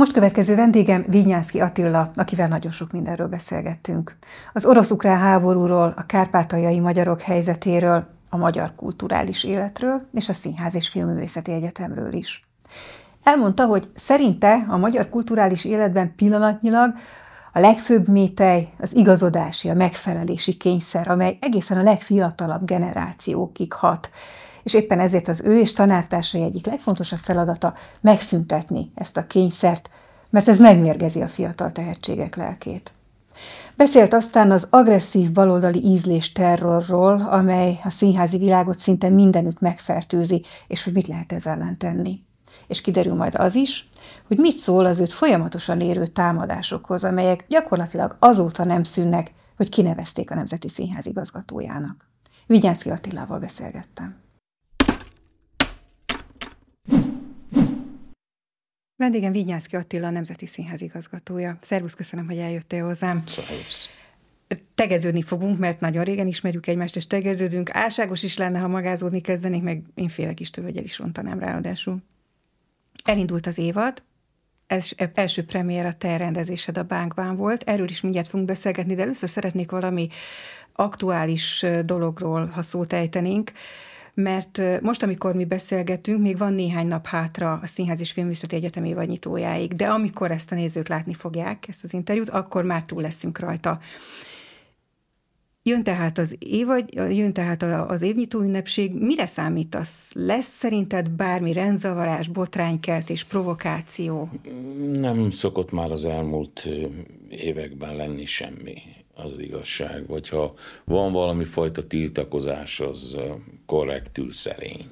Most következő vendégem Vignyánszky Attila, akivel nagyon sok mindenről beszélgettünk. Az orosz-ukrán háborúról, a kárpátaljai magyarok helyzetéről, a magyar kulturális életről és a Színház és Filmművészeti Egyetemről is. Elmondta, hogy szerinte a magyar kulturális életben pillanatnyilag a legfőbb métely az igazodási, a megfelelési kényszer, amely egészen a legfiatalabb generációkig hat. És éppen ezért az ő és tanártársai egyik legfontosabb feladata megszüntetni ezt a kényszert, mert ez megmérgezi a fiatal tehetségek lelkét. Beszélt aztán az agresszív baloldali ízlés terrorról, amely a színházi világot szinte mindenütt megfertőzi, és hogy mit lehet ez ellen tenni. És kiderül majd az is, hogy mit szól az őt folyamatosan érő támadásokhoz, amelyek gyakorlatilag azóta nem szűnnek, hogy kinevezték a Nemzeti Színház igazgatójának. Vignyánszky Attilával beszélgettem. Vendégem Vignyánszky Attila, a Nemzeti Színház igazgatója. Szervusz, köszönöm, hogy eljöttél hozzám. Szervusz. Tegeződni fogunk, mert nagyon régen ismerjük egymást, és tegeződünk. Álságos is lenne, ha magázódni kezdenék, meg én félek is tőle, hogy el is rontanám ráadásul. Elindult az évad, ez első premiér a te rendezésed a Bánkban volt, erről is mindjárt fogunk beszélgetni, de először szeretnék valami aktuális dologról, ha szót ejtenénk, mert most, amikor mi beszélgetünk, még van néhány nap hátra a Színház és Filmművészeti Egyetem évadnyitójáig, de amikor ezt a nézők látni fogják, ezt az interjút, akkor már túl leszünk rajta. Jön tehát az évnyitó ünnepség. Mire számítasz? Lesz szerinted bármi rendzavarás, botránykeltés, provokáció? Nem szokott már az elmúlt években lenni semmi, az igazság. Vagy ha van valami fajta tiltakozás, az korrektül szerény.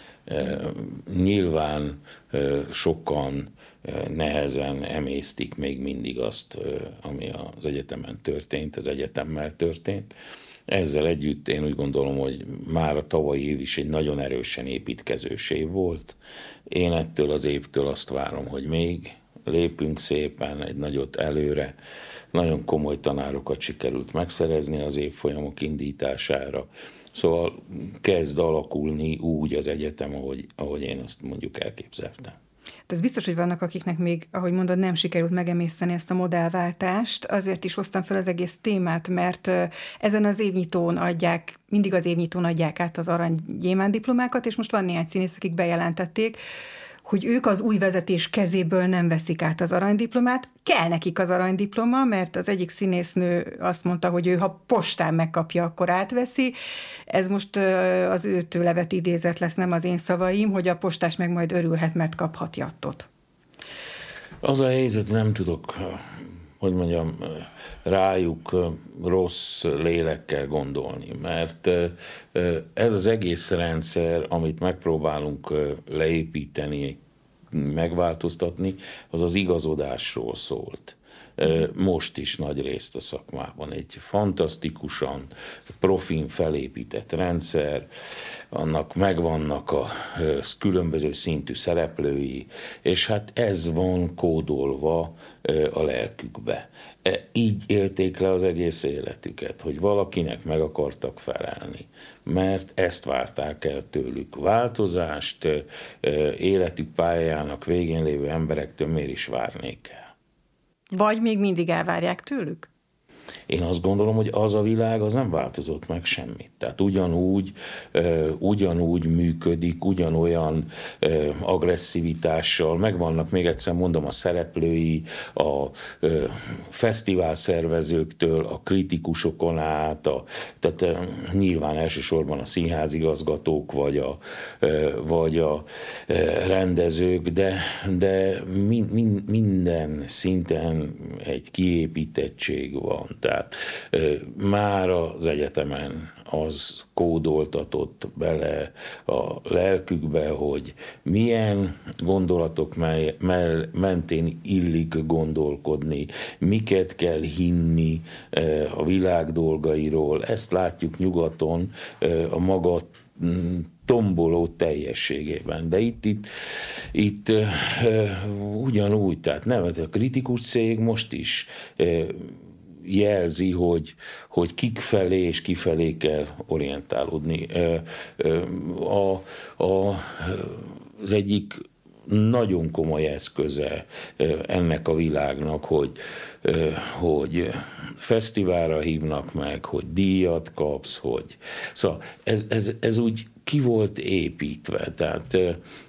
Nyilván sokan nehezen emésztik még mindig azt, ami az egyetemen történt, az egyetemmel történt. Ezzel együtt én úgy gondolom, hogy már a tavalyi év is egy nagyon erősen építkezős év volt. Én ettől az évtől azt várom, hogy még lépünk szépen egy nagyot előre. Nagyon komoly tanárokat sikerült megszerezni az évfolyamok indítására. Szóval kezd alakulni úgy az egyetem, ahogy én azt mondjuk elképzeltem. Ez biztos, hogy vannak, akiknek még, ahogy mondod, nem sikerült megemészteni ezt a modellváltást. Azért is hoztam fel az egész témát, mert ezen az évnyitón mindig az évnyitón adják át az arany-gyémánt diplomákat, és most van néhány színész, akik bejelentették, hogy ők az új vezetés kezéből nem veszik át az aranydiplomát. Kell nekik az aranydiploma, mert az egyik színésznő azt mondta, hogy ő, ha postán megkapja, akkor átveszi. Ez most az őtől vett idézet lesz, nem az én szavaim, hogy a postás meg majd örülhet, mert kaphat jattot. Az a helyzet, nem tudok, hogy mondjam, rájuk rossz lélekkel gondolni, mert ez az egész rendszer, amit megpróbálunk leépíteni, megváltoztatni, az az igazodásról szólt. Most is nagy részt a szakmában egy fantasztikusan profin felépített rendszer, annak megvannak a különböző szintű szereplői, és hát ez van kódolva a lelkükbe. Így élték le az egész életüket, hogy valakinek meg akartak felelni, mert ezt várták el tőlük. Változást életük pályájának végén lévő emberektől miért is várnék el? Vagy még mindig elvárják tőlük? Én azt gondolom, hogy az a világ az nem változott meg semmit. Tehát ugyanúgy működik, ugyanolyan agresszivitással, megvannak, még egyszer mondom, a szereplői, a fesztivál szervezőktől, a kritikusokon át, tehát nyilván elsősorban a színházigazgatók, vagy a rendezők, de minden szinten egy kiépítettség van. Tehát már az egyetemen az kódoltatott bele a lelkükbe, hogy milyen gondolatok mentén illik gondolkodni, miket kell hinni a világ dolgairól. Ezt látjuk nyugaton a maga tomboló teljességében. De itt ugyanúgy, tehát nem, a kritikus cég most is jelzi, hogy kik felé és kifelé kell orientálódni. Az egyik nagyon komoly eszköze ennek a világnak, hogy fesztiválra hívnak meg, hogy díjat kapsz, hogy... Szóval ez úgy ki volt építve, tehát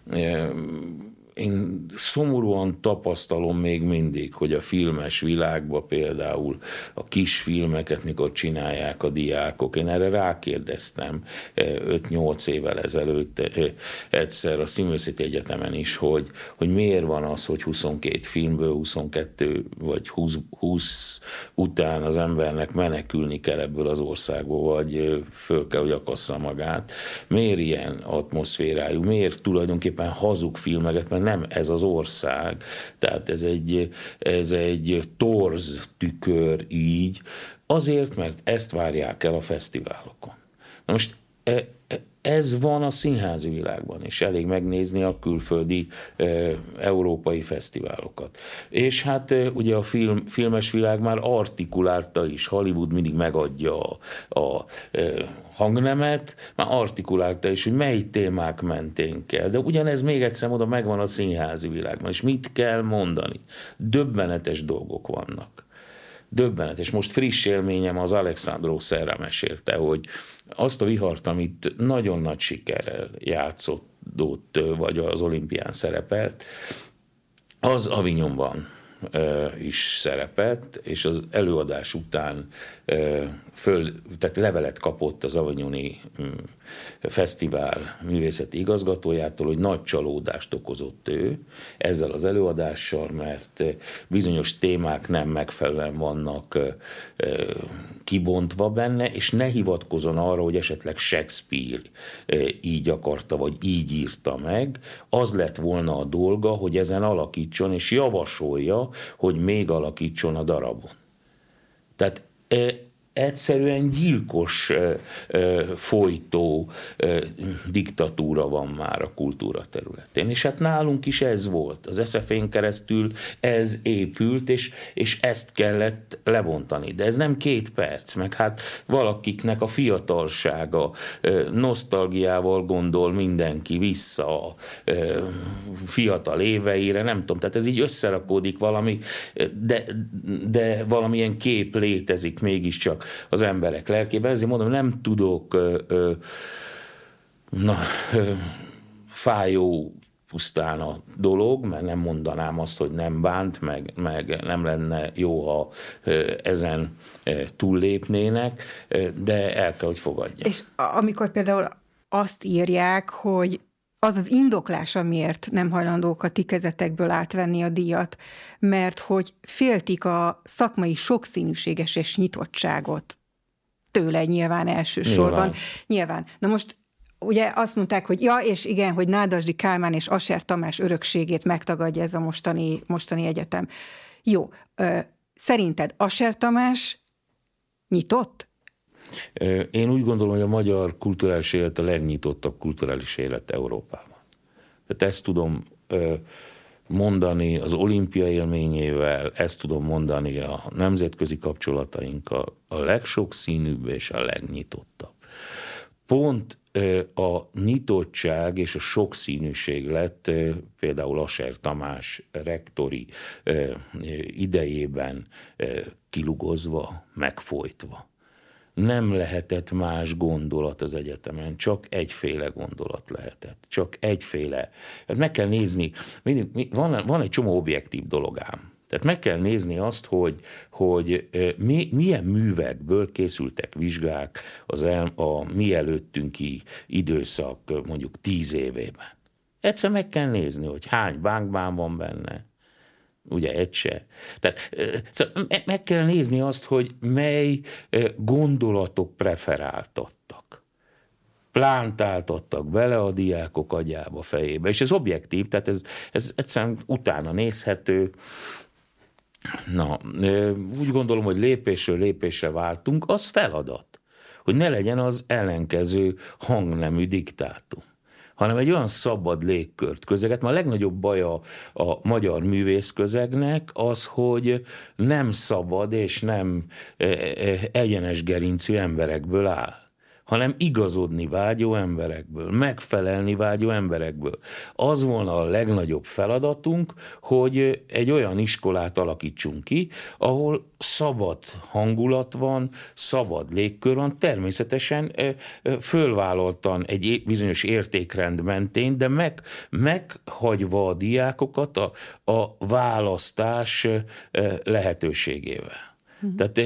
én szomorúan tapasztalom még mindig, hogy a filmes világban például a kis filmeket, mikor csinálják a diákok, én erre rákérdeztem 5-8 évvel ezelőtt egyszer a Színművészeti Egyetemen is, hogy miért van az, hogy 22 filmből 22 vagy 20 után az embernek menekülni kell ebből az országból, vagy föl kell, hogy akassza magát. Miért ilyen atmoszférájú, miért tulajdonképpen hazug filmeket, mert nem ez az ország, tehát ez egy torz tükör így, azért, mert ezt várják el a fesztiválokon. Na most ez van a színházi világban, és elég megnézni a külföldi európai fesztiválokat. És hát ugye a filmes világ már artikulálta is, Hollywood mindig megadja a hangnemet, már artikulálta is, hogy mely témák mentén kell. De ugyanez még egyszer oda megvan a színházi világban, és mit kell mondani? Döbbenetes dolgok vannak. Döbbenetes. Most friss élményem az Alexandró Serra mesélte, hogy azt a vihart, amit nagyon nagy sikerrel játszott, vagy az olimpián szerepelt, az Avignonban is szerepelt, és az előadás után tehát levelet kapott az Avignoni Fesztivál művészeti igazgatójától, hogy nagy csalódást okozott ő ezzel az előadással, mert bizonyos témák nem megfelelően vannak kibontva benne, és ne hivatkozzon arra, hogy esetleg Shakespeare így akarta, vagy így írta meg. Az lett volna a dolga, hogy ezen alakítson, és javasolja, hogy még alakítson a darabon. Tehát egyszerűen gyilkos, folytó diktatúra van már a kultúra területén. És hát nálunk is ez volt. Az SZF-n keresztül ez épült, és ezt kellett lebontani. De ez nem 2 perc, meg hát valakiknek a fiatalsága, nosztalgiával gondol mindenki vissza a fiatal éveire, nem tudom, tehát ez így összerakódik valami, de valamilyen kép létezik mégiscsak az emberek lelkében. Ezért mondom, nem tudok fájó pusztán a dolog, mert nem mondanám azt, hogy nem bánt, meg nem lenne jó, ha ezen túllépnének, de el kell, hogy fogadja. És amikor például azt írják, hogy az az indoklás, amiért nem hajlandók a ti kezetekből átvenni a díjat, mert hogy féltik a szakmai sokszínűséges és nyitottságot tőle nyilván elsősorban. Nyilván. Na most ugye azt mondták, hogy ja, és igen, hogy Nádasdy Kálmán és Asser Tamás örökségét megtagadja ez a mostani egyetem. Jó, szerinted Asser Tamás nyitott? Én úgy gondolom, hogy a magyar kulturális élet a legnyitottabb kulturális élet Európában. Tehát ezt tudom mondani az olimpia élményével, ezt tudom mondani a nemzetközi kapcsolatainkkal, a legsokszínűbb és a legnyitottabb. Pont a nyitottság és a sokszínűség lett például Asser Tamás rektori idejében kilugozva, megfojtva. Nem lehetett más gondolat az egyetemen, csak egyféle gondolat lehetett. Csak egyféle. Meg kell nézni, van egy csomó objektív dolog ám. Tehát meg kell nézni azt, hogy milyen művekből készültek vizsgák a mi előttünki időszak mondjuk 10 évében. Egyszer meg kell nézni, hogy hány bánkbán van benne. Ugye egy se. Tehát meg kell nézni azt, hogy mely gondolatok preferáltattak. Plántáltattak bele a diákok agyába, fejébe. És ez objektív, tehát ez egyszerűen utána nézhető. Na, úgy gondolom, hogy lépésről lépésre váltunk, az feladat, hogy ne legyen az ellenkező hangnemű diktátum, hanem egy olyan szabad légkört, közeget. Mert a legnagyobb baja a magyar művészközegnek az, hogy nem szabad és nem egyenes gerincű emberekből áll, hanem igazodni vágyó emberekből, megfelelni vágyó emberekből. Az volna a legnagyobb feladatunk, hogy egy olyan iskolát alakítsunk ki, ahol szabad hangulat van, szabad légkör van, természetesen fölvállaltan egy bizonyos értékrend mentén, de meghagyva a diákokat a választás lehetőségével. Tehát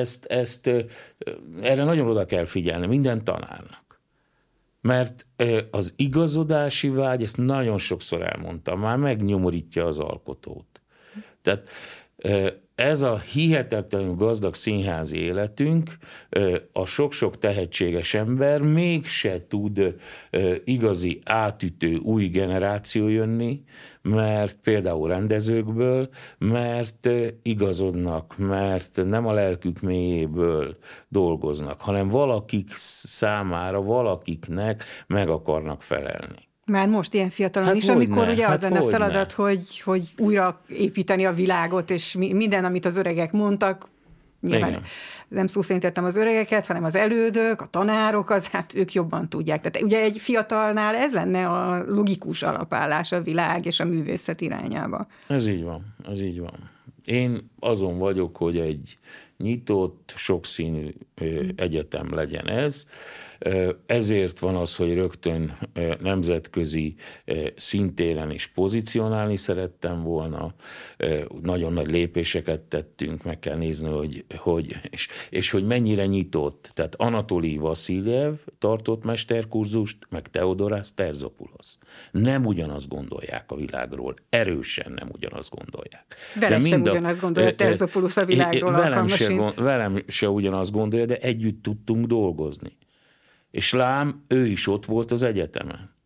erre nagyon oda kell figyelni minden tanárnak. Mert az igazodási vágy, ezt nagyon sokszor elmondtam, már megnyomorítja az alkotót. Tehát ez a hihetetlenül gazdag színházi életünk, a sok-sok tehetséges ember mégse tud igazi átütő új generáció jönni, mert például rendezőkből, mert igazodnak, mert nem a lelkük mélyéből dolgoznak, hanem valakik számára, valakiknek meg akarnak felelni. Már most ilyen fiatalon is, amikor ugye az lenne a feladat, hogy újra építeni a világot, és minden, amit az öregek mondtak, nyilván igen. Nem szó szerint tettem az öregeket, hanem az elődök, a tanárok, hát ők jobban tudják. Tehát ugye egy fiatalnál ez lenne a logikus alapállás a világ és a művészet irányába. Ez így van, ez így van. Én azon vagyok, hogy egy nyitott, sokszínű egyetem legyen ez. Ezért van az, hogy rögtön nemzetközi szintéren is pozícionálni szerettem volna. Nagyon nagy lépéseket tettünk, meg kell nézni, hogy mennyire nyitott. Tehát Anatoli Vasiljev tartott mesterkurzust, meg Theodoras Terzopoulos. Nem ugyanazt gondolják a világról. Erősen nem ugyanazt gondolják. Velem sem ugyanazt gondolja Terzopoulos a világról. Velem se ugyanazt gondolja, de együtt tudtunk dolgozni. És lám, ő is ott volt az egyetemen.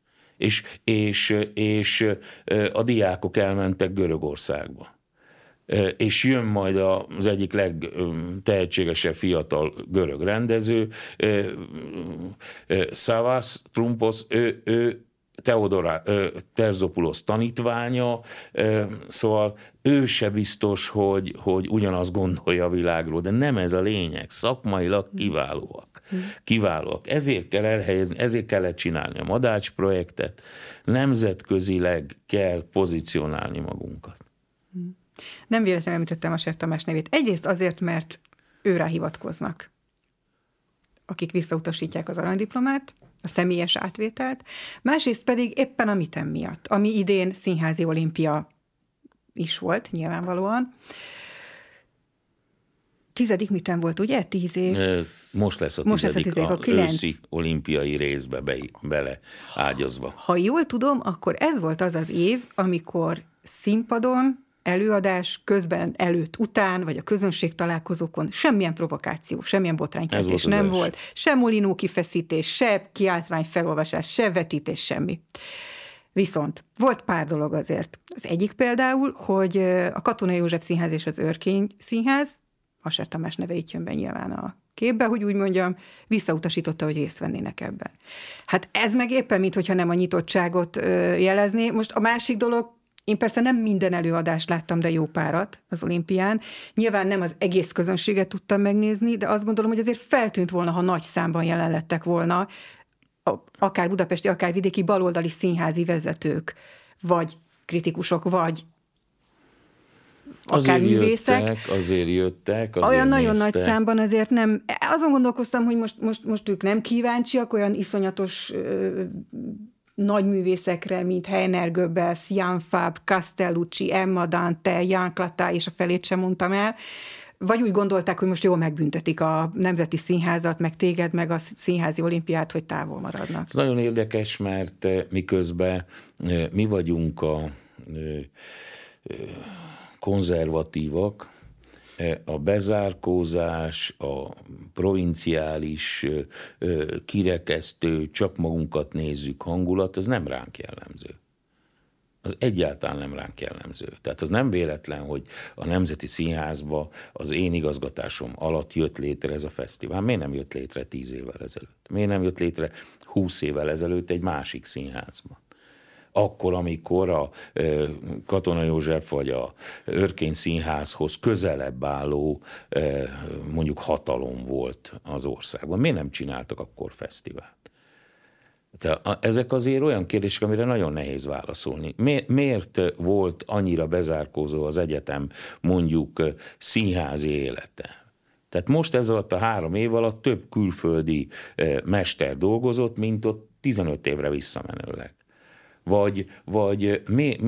És a diákok elmentek Görögországba. És jön majd az egyik legtehetségesebb fiatal görög rendező, Savas Prumpos, ő Terzopoulos tanítványa, szóval ő se biztos, hogy ugyanazt gondolja a világról, de nem ez a lényeg, szakmailag kiválóak. Ezért kell elhelyezni, ezért kellett csinálni a Madács projektet, nemzetközileg kell pozícionálni magunkat. Nem véletlenül említettem Aser Tamás nevét. Egyrészt azért, mert őrá hivatkoznak, akik visszautasítják az aranydiplomát, a személyes átvételt, másrészt pedig éppen a MITEM miatt, ami idén színházi olimpia is volt, nyilvánvalóan. 10. MITEM volt, ugye? 10 év? Most lesz a 10. a őszi olimpiai részbe beleágyazva. Ha jól tudom, akkor ez volt az az év, amikor színpadon, előadás közben, előtt, után, vagy a közönség találkozókon semmilyen provokáció, semmilyen botránykeltés nem volt, sem molinó kifeszítés, se kiáltvány felolvasás, se vetítés, semmi. Viszont volt pár dolog azért. Az egyik például, hogy a Katona József Színház és az Örkény Színház, Aser Tamás neve itt jön be nyilván a képbe, hogy úgy mondjam, visszautasította, hogy részt vennének ebben. Hát ez meg éppen, mintha nem a nyitottságot jelezné. Most a másik dolog, én persze nem minden előadást láttam, de jó párat az olimpián. Nyilván nem az egész közönséget tudtam megnézni, de azt gondolom, hogy azért feltűnt volna, ha nagy számban jelen lettek volna, akár budapesti, akár vidéki baloldali színházi vezetők, vagy kritikusok, vagy akár művészek. Azért jöttek. Olyan nagyon nagy számban azért nem. Azon gondolkoztam, hogy most ők nem kíváncsiak, olyan iszonyatos nagy művészekre, mint Heiner Goebbels, Jan Fabre, Castellucci, Emma Dante, Jan Clatat, és a felét sem mondtam el, vagy úgy gondolták, hogy most jól megbüntetik a Nemzeti Színházat, meg téged, meg a Színházi Olimpiát, hogy távol maradnak. Ez nagyon érdekes, mert miközben mi vagyunk a konzervatívak, a bezárkózás, a provinciális, kirekesztő, csak magunkat nézzük hangulat, az nem ránk jellemző. Az egyáltalán nem ránk jellemző. Tehát az nem véletlen, hogy a Nemzeti Színházba az én igazgatásom alatt jött létre ez a fesztivál. Miért nem jött létre 10 évvel ezelőtt? Miért nem jött létre 20 évvel ezelőtt egy másik színházban? akkor, amikor a Katona József vagy a Örkény Színházhoz közelebb álló mondjuk hatalom volt az országban. Miért nem csináltak akkor fesztivált? Ezek azért olyan kérdések, amire nagyon nehéz válaszolni. Miért volt annyira bezárkózó az egyetem mondjuk színházi élete? Tehát most ez alatt a 3 év alatt több külföldi mester dolgozott, mint ott 15 évre visszamenőleg. Vagy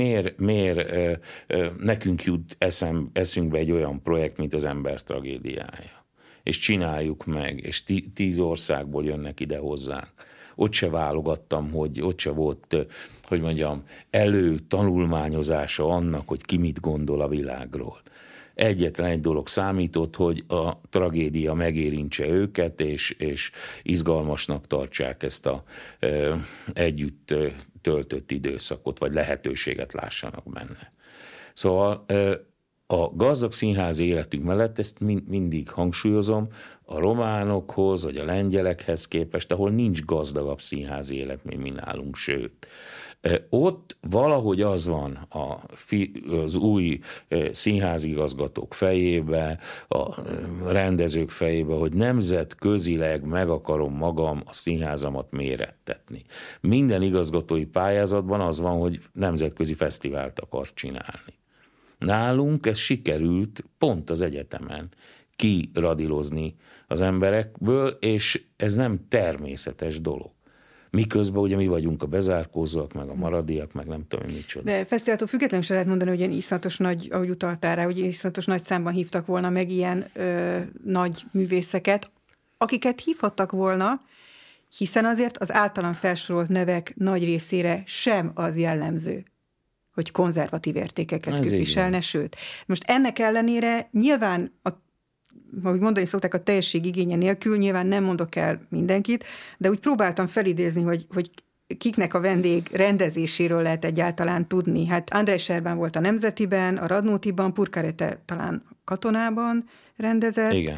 miért nekünk jut eszünkbe egy olyan projekt, mint az Ember tragédiája. És csináljuk meg, és 10 országból jönnek ide hozzánk. Ott se válogattam, hogy ott se volt, hogy mondjam, tanulmányozása annak, hogy ki mit gondol a világról. Egyetlen egy dolog számított, hogy a tragédia megérintse őket, és izgalmasnak tartsák ezt a együtt töltött időszakot, vagy lehetőséget lássanak benne. Szóval a gazdag színházi életünk mellett, ezt mindig hangsúlyozom, a románokhoz, vagy a lengyelekhez képest, ahol nincs gazdagabb színházi élet, mint mi nálunk, sőt. Ott valahogy az van az új színházigazgatók fejébe, a rendezők fejébe, hogy nemzetközileg meg akarom magam a színházamat mérettetni. Minden igazgatói pályázatban az van, hogy nemzetközi fesztivált akar csinálni. Nálunk ez sikerült pont az egyetemen kiradilozni az emberekből, és ez nem természetes dolog. Miközben ugye mi vagyunk a bezárkózóak, meg a maradiak, meg nem tudom, micsoda. De fesztiváltól függetlenül sem lehet mondani, hogy ilyen iszonyatos nagy, ahogy utaltál rá, hogy iszonyatos nagy számban hívtak volna meg ilyen nagy művészeket, akiket hívhattak volna, hiszen azért az általam felsorolt nevek nagy részére sem az jellemző, hogy konzervatív értékeket képviselne, sőt. Most ennek ellenére nyilván, ahogy mondani szokták, a teljesség igénye nélkül, nyilván nem mondok el mindenkit, de úgy próbáltam felidézni, hogy kiknek a vendég rendezéséről lehet egyáltalán tudni. Hát Andrej Serban volt a Nemzetiben, a Radnótiban, Purkarete talán Katonában rendezett. Igen.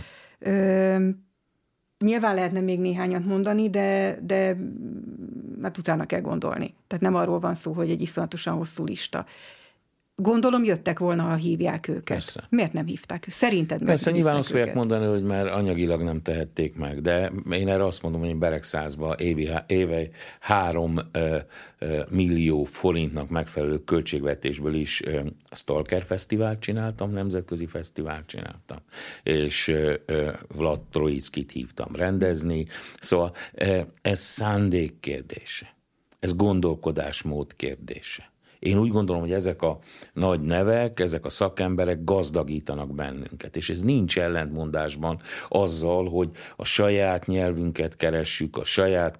Nyilván lehetne még néhányat mondani, de hát utána kell gondolni. Tehát nem arról van szó, hogy egy iszonyatosan hosszú lista. Gondolom jöttek volna, ha hívják őket. Persze. Miért nem hívták? Szerinted persze, nyilván azt fogják mondani, hogy már anyagilag nem tehették meg, de én erre azt mondom, hogy én Beregszázban éve 3 millió forintnak megfelelő költségvetésből is Stalker Fesztivált csináltam, nemzetközi fesztivált csináltam, és Vlad Troickit hívtam rendezni. Szóval ez szándék kérdése, ez gondolkodásmód kérdése. Én úgy gondolom, hogy ezek a nagy nevek, ezek a szakemberek gazdagítanak bennünket, és ez nincs ellentmondásban azzal, hogy a saját nyelvünket keressük, a saját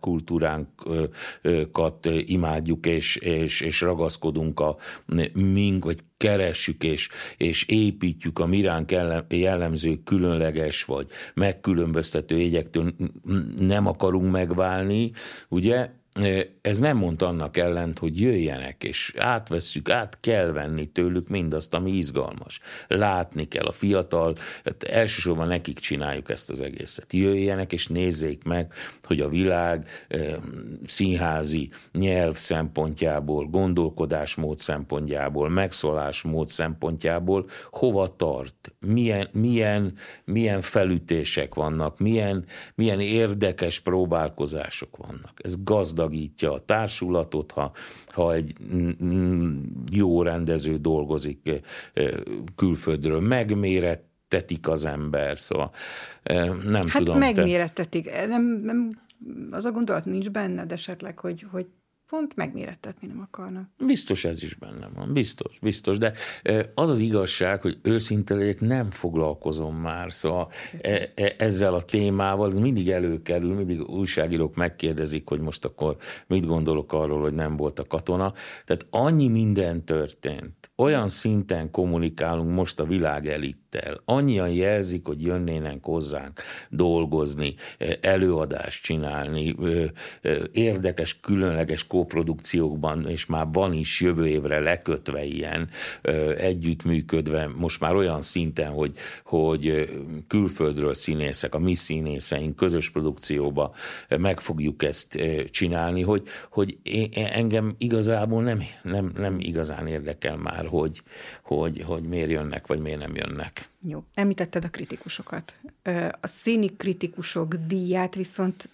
kultúránkat imádjuk, és ragaszkodunk vagy keressük és építjük a miránk jellemző különleges vagy megkülönböztető jegyektől, nem akarunk megválni, ugye? Ez nem mond annak ellent, hogy jöjjenek, és át kell venni tőlük mindazt, ami izgalmas. Látni kell a fiatal, elsősorban nekik csináljuk ezt az egészet. Jöjjenek, és nézzék meg, hogy a világ színházi nyelv szempontjából, gondolkodásmód szempontjából, megszólásmód szempontjából hova tart, milyen felütések vannak, milyen érdekes próbálkozások vannak. Ez gazdagítja a társulatot, ha egy jó rendező dolgozik külföldről, megmérettetik az ember, szóval nem tudom. Hát megmérettetik, nem, az a gondolat nincs benned esetleg, hogy pont megmérettetni nem akarnak. Biztos ez is benne van, biztos, de az az igazság, hogy őszinte legyek, nem foglalkozom már, szóval ezzel a témával, ez mindig előkerül, mindig újságírók megkérdezik, hogy most akkor mit gondolok arról, hogy nem volt a Katona. Tehát annyi minden történt, olyan szinten kommunikálunk most a világ elittel, annyian jelzik, hogy jönnének hozzánk dolgozni, előadást csinálni, érdekes, különleges koprodukciókban, és már van is jövő évre lekötve ilyen, együttműködve, most már olyan szinten, hogy külföldről színészek, a mi színészeink közös produkcióba meg fogjuk ezt csinálni, hogy engem igazából nem igazán érdekel már, hogy miért jönnek, vagy miért nem jönnek. Jó, említetted a kritikusokat. A színi kritikusok díját viszont,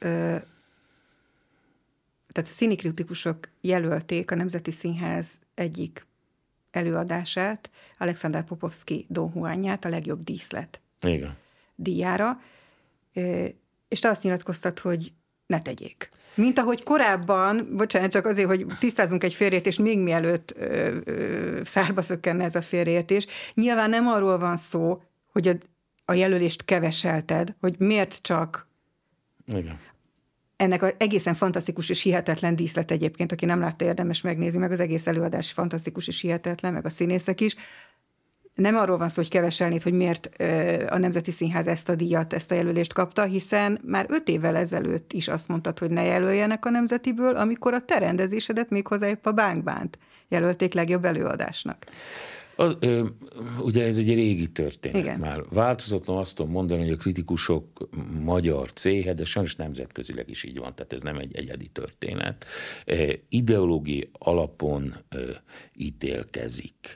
tehát a színi kritikusok jelölték a Nemzeti Színház egyik előadását, Alexander Popovsky Don Juanját, a legjobb díszlet Igen. díjára, és te azt nyilatkoztad, hogy ne tegyék. Mint ahogy korábban, bocsánat, csak azért, hogy tisztázunk egy félreértést, még mielőtt szárba szökkenne ez a félreértés. Nyilván nem arról van szó, hogy a jelölést keveselted, hogy miért csak Igen. ennek az egészen fantasztikus és hihetetlen díszlet egyébként, aki nem látta, érdemes megnézni, meg az egész előadás fantasztikus és hihetetlen, meg a színészek is. Nem arról van szó, hogy keveselnéd, hogy miért a Nemzeti Színház ezt a díjat, ezt a jelölést kapta, hiszen már 5 évvel ezelőtt is azt mondtad, hogy ne jelöljenek a Nemzetiből, amikor a te rendezésedet méghozzá épp a Bánk Bánt jelölték legjobb előadásnak. Ugye ez egy régi történet. Igen. Már változatlan azt tudom mondani, hogy a kritikusok magyar céhe, de sajnos nemzetközileg is így van, tehát ez nem egy egyedi történet. Ideológiai alapon ítélkezik.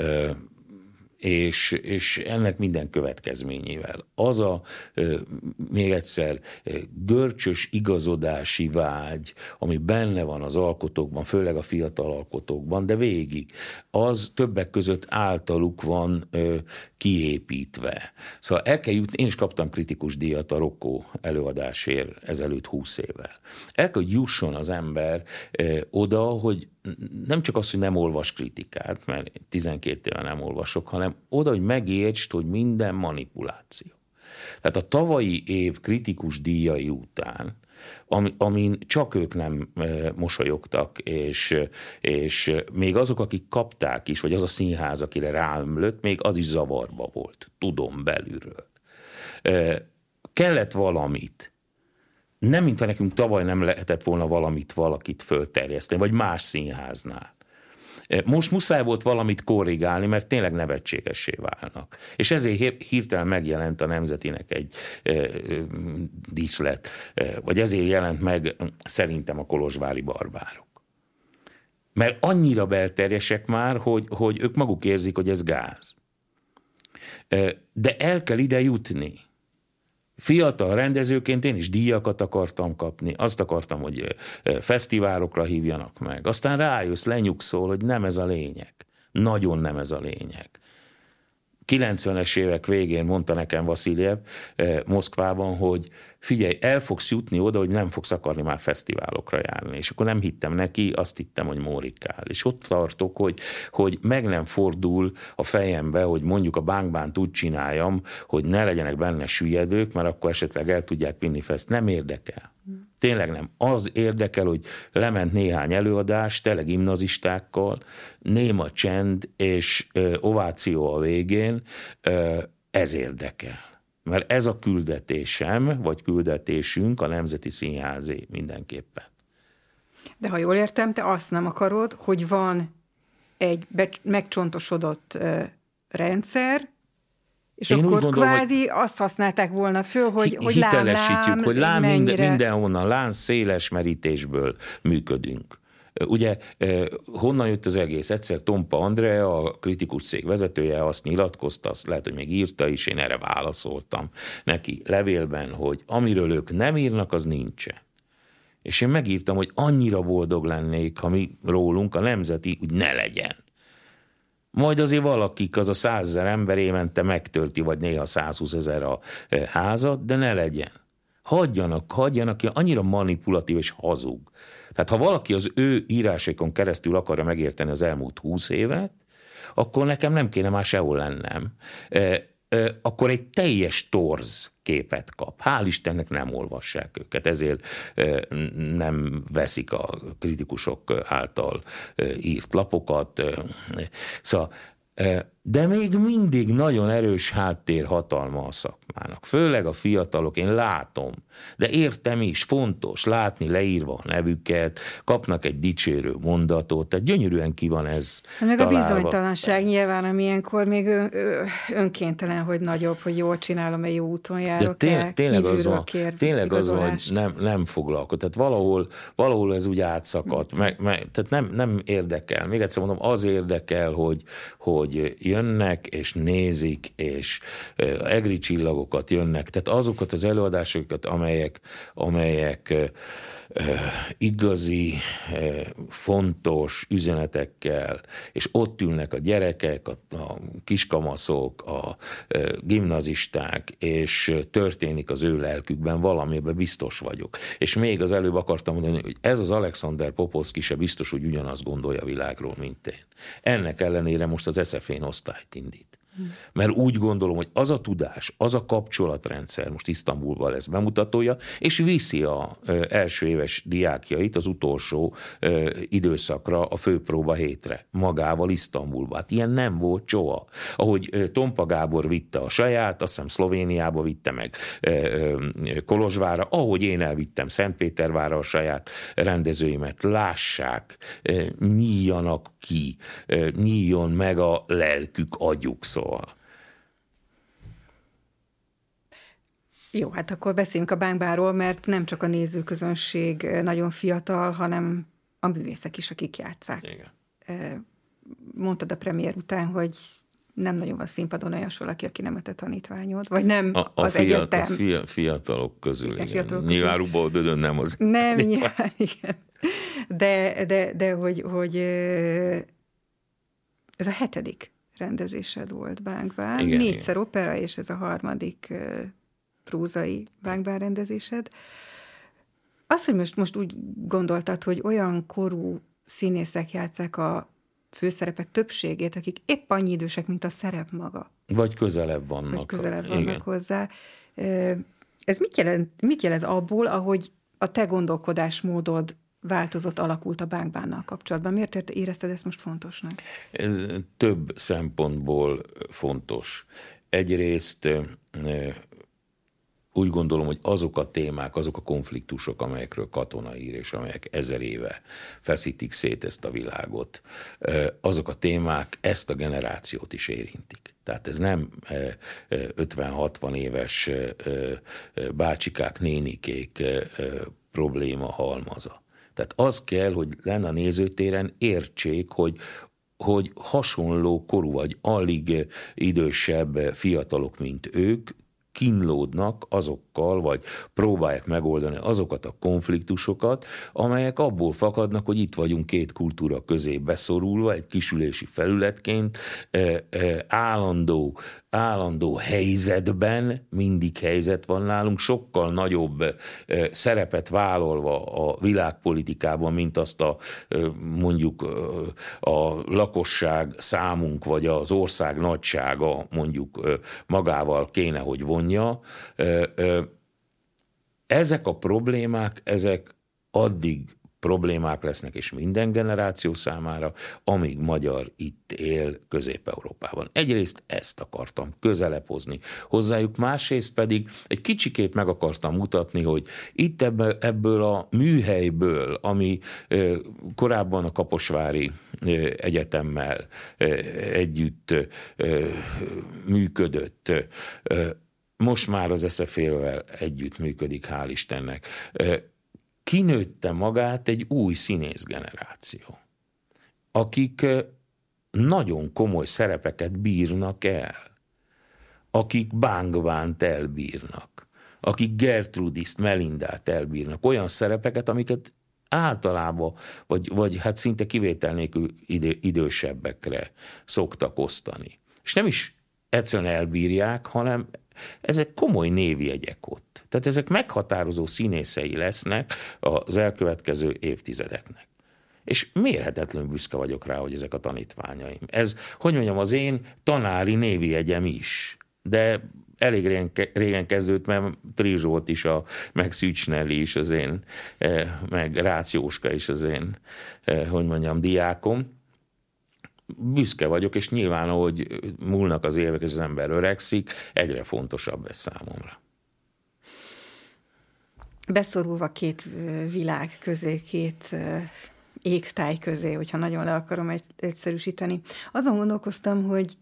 És ennek minden következményével. Az még egyszer, görcsös igazodási vágy, ami benne van az alkotókban, főleg a fiatal alkotókban, de végig, az többek között általuk van kiépítve. Szóval el kell jutni, én is kaptam kritikus díjat a Rocco előadásért ezelőtt 20 évvel. El kell, hogy jusson az ember oda, hogy nem csak az, hogy nem olvas kritikát, mert 12 éve nem olvasok, hanem oda, hogy megértsd, hogy minden manipuláció. Tehát a tavalyi év kritikus díjai után, amin csak ők nem mosolyogtak, és még azok, akik kapták is, vagy az a színház, akire ráömlött, még az is zavarba volt, tudom belülről. Kellett valamit. Nem, mintha nekünk tavaly nem lehetett volna valakit fölterjeszteni, vagy más színháznál. Most muszáj volt valamit korrigálni, mert tényleg nevetségessé válnak. És ezért hirtelen megjelent a Nemzetinek egy díszlet, vagy ezért jelent meg szerintem a kolozsvári barbárok. Mert annyira belterjesek már, hogy ők maguk érzik, hogy ez gáz. De el kell ide jutni. Fiatal rendezőként én is díjakat akartam kapni, azt akartam, hogy fesztiválokra hívjanak meg. Aztán rájössz, lenyugszol, hogy nem ez a lényeg. Nagyon nem ez a lényeg. 90-es évek végén mondta nekem Vasiljev Moszkvában, hogy figyelj, el fogsz jutni oda, hogy nem fogsz akarni már fesztiválokra járni. És akkor nem hittem neki, azt hittem, hogy mórikál. És ott tartok, hogy meg nem fordul a fejembe, hogy mondjuk a Bánk Bánt úgy csináljam, hogy ne legyenek benne süllyedők, mert akkor esetleg el tudják vinni nem érdekel. Tényleg nem. Az érdekel, hogy lement néhány előadás, tele gimnazistákkal, néma csend és ováció a végén, ez érdekel. Mert ez a küldetésem, vagy küldetésünk a Nemzeti Színházé mindenképpen. De ha jól értem, te azt nem akarod, hogy van egy megcsontosodott rendszer, és én akkor gondolom, kvázi azt használták volna föl, hogy hitelesítjük, hogy lám mennyire... mindenhonnan, lánc széles merítésből működünk. Ugye honnan jött az egész? Egyszer Tompa Andrea, a kritikus cég vezetője azt nyilatkozta, azt lehet, hogy még írta is, én erre válaszoltam neki levélben, hogy amiről ők nem írnak, az nincsen. És én megírtam, hogy annyira boldog lennék, ha mi rólunk a Nemzeti úgy ne legyen. Majd azért valakik, az a 100 000 ember évente megtölti, vagy néha 120 000 a házat, de ne legyen. Hagyjanak ki, annyira manipulatív és hazug. Tehát ha valaki az ő írásaikon keresztül akarja megérteni az elmúlt 20 évet, akkor nekem nem kéne már sehol lennem. Akkor egy teljes torz képet kap. Hál' Istennek nem olvassák őket, ezért nem veszik a kritikusok által írt lapokat. Szóval, de még mindig nagyon erős háttérhatalma a szakma. szakmának. Főleg a fiatalok, én látom, de értem is, fontos látni leírva a nevüket, kapnak egy dicsérő mondatot, tehát gyönyörűen ki van ez meg találva. A bizonytalanság nyilván, ami ilyenkor még önkéntelen, hogy nagyobb, hogy jól csinálom, jó úton járok. De tényleg az, hogy nem foglalkoz. Tehát valahol ez úgy átszakadt. Tehát nem érdekel. Még egyszer mondom, az érdekel, hogy jönnek és nézik, és egri csillagokat jönnek. Tehát azokat az előadásokat, amelyek igazi, fontos üzenetekkel, és ott ülnek a gyerekek, a kiskamaszok, a gimnazisták, és történik az ő lelkükben valami, ebben biztos vagyok. És még az előbb akartam mondani, hogy ez az Alexander Popovski se biztos, hogy ugyanazt gondolja a világról, mint én. Ennek ellenére most az SZF-én osztályt indít. Mert úgy gondolom, hogy az a tudás, az a kapcsolatrendszer, most Isztambulban lesz bemutatója, és viszi az első éves diákjait az utolsó időszakra, a főpróba hétre, magával Isztambulba. Hát ilyen nem volt soha. Ahogy Tompa Gábor vitte a saját, azt hiszem Szlovéniába vitte meg Kolozsvárra, ahogy én elvittem Szentpétervárra a saját rendezőimet, lássák, nyíljanak ki, nyíljon meg a lelkük, agyuk, szóval. Jó, hát akkor beszéljünk a Bánk-Bánról, mert nem csak a nézőközönség nagyon fiatal, hanem a művészek is, akik játsszák. Igen. Mondtad a premier után, hogy nem nagyon van színpadon olyan valaki, aki nem a te tanítványod, vagy nem az egyetem. A fiatalok közül. Igen. Nyilván Rubó Dödön nem az. Nem, nyilván, igen. De hogy ez a 7. rendezésed volt Bánk-Bán. Igen, 4-szer opera, és ez a 3. prózai Bánk-Bán rendezésed. Az, hogy most úgy gondoltad, hogy olyan korú színészek játsszák a főszerepek többségét, akik épp annyi idősek, mint a szerep maga. Vagy közelebb vannak. Hozzá. Ez mit jelent abból, ahogy a te gondolkodásmódod változott, alakult a Bánk-Bánnal kapcsolatban? Miért érezted ezt most fontosnak? Ez több szempontból fontos. Egyrészt úgy gondolom, hogy azok a témák, azok a konfliktusok, amelyekről Katona ír, és amelyek 1000 éve feszítik szét ezt a világot, azok a témák ezt a generációt is érintik. Tehát ez nem 50-60 éves bácsikák, nénikék probléma halmaza. Tehát az kell, hogy lenne a nézőtéren értsék, hogy hasonló korú vagy alig idősebb fiatalok, mint ők, kínlódnak azokkal, vagy próbálják megoldani azokat a konfliktusokat, amelyek abból fakadnak, hogy itt vagyunk két kultúra közé beszorulva, egy kisülési felületként, állandó helyzetben, mindig helyzet van nálunk, sokkal nagyobb szerepet vállalva a világpolitikában, mint azt mondjuk a lakosság számunk, vagy az ország nagysága mondjuk magával kéne, hogy vonja. Ezek a problémák, ezek addig problémák lesznek, és minden generáció számára, amíg magyar itt él Közép-Európában. Egyrészt ezt akartam közelebb hozni hozzájuk, másrészt pedig egy kicsikét meg akartam mutatni, hogy itt ebből a műhelyből, ami korábban a Kaposvári Egyetemmel együtt működött, most már az SZF-vel együtt működik, hál' Istennek, kinőtte magát egy új színészgeneráció, akik nagyon komoly szerepeket bírnak el, akik Bánk-Bánt elbírnak, akik Gertrudiszt, Melindát elbírnak, olyan szerepeket, amiket általában, vagy hát szinte kivétel nélkül idősebbekre szoktak osztani. És nem is egyszerűen elbírják, hanem ezek komoly névjegyek ott. Tehát ezek meghatározó színészei lesznek az elkövetkező évtizedeknek. És mérhetetlenül büszke vagyok rá, hogy ezek a tanítványaim. Ez, hogy mondjam, az én tanári névjegyem is. De elég régen kezdődött, mert Trizsolt is, meg Szűcsnelli is az én, meg Rácz Jóska is az én, hogy mondjam, diákom. büszke vagyok, és nyilván, ahogy múlnak az évek, és az ember öregszik, egyre fontosabb ez számomra. Beszorulva két világ közé, két égtáj közé, hogyha nagyon le akarom egyszerűsíteni. Azon gondolkoztam, hogy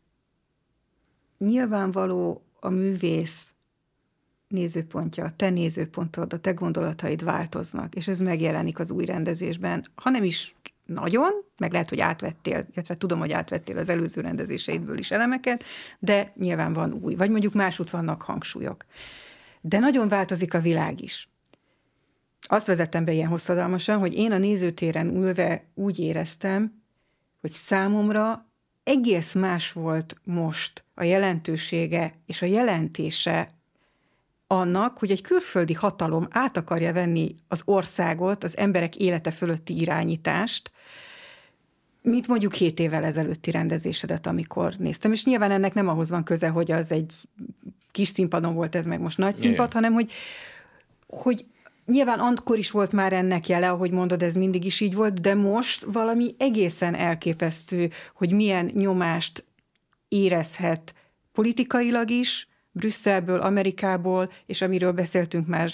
nyilvánvaló a művész nézőpontja, a te nézőpontod, a te gondolataid változnak, és ez megjelenik az új rendezésben, ha nem is nagyon, meg lehet, hogy átvettél, illetve tudom, hogy átvettél az előző rendezéseidből is elemeket, de nyilván van új, vagy mondjuk másút vannak hangsúlyok. De nagyon változik a világ is. Azt vezettem be ilyen hosszadalmasan, hogy én a nézőtéren ülve úgy éreztem, hogy számomra egész más volt most a jelentősége és a jelentése annak, hogy egy külföldi hatalom át akarja venni az országot, az emberek élete fölötti irányítást, mint mondjuk 7 évvel ezelőtti rendezésedet, amikor néztem. És nyilván ennek nem ahhoz van köze, hogy az egy kis színpadon volt ez, meg most nagy színpad, hanem hogy nyilván akkor is volt már ennek jele, ahogy mondod, ez mindig is így volt, de most valami egészen elképesztő, hogy milyen nyomást érezhet politikailag is, Brüsszelből, Amerikából, és amiről beszéltünk már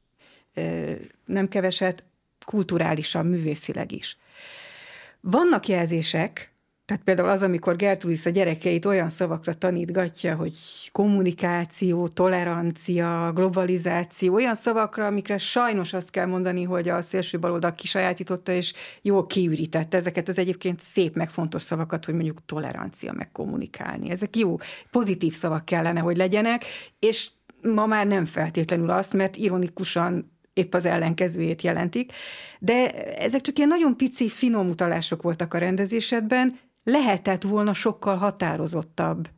nem keveset, kulturálisan, művészileg is. Vannak jelzések, tehát például az, amikor Gertrudis a gyerekeit olyan szavakra tanítgatja, hogy kommunikáció, tolerancia, globalizáció, olyan szavakra, amikre sajnos azt kell mondani, hogy a szélső baloldal kisajátította, és jól kiürítette ezeket az egyébként szép, meg fontos szavakat, hogy mondjuk tolerancia, meg kommunikálni. Ezek jó, pozitív szavak kellene, hogy legyenek, és ma már nem feltétlenül azt, mert ironikusan épp az ellenkezőjét jelentik, de ezek csak ilyen nagyon pici, finom utalások voltak a rendezésedben, lehetett volna sokkal határozottabb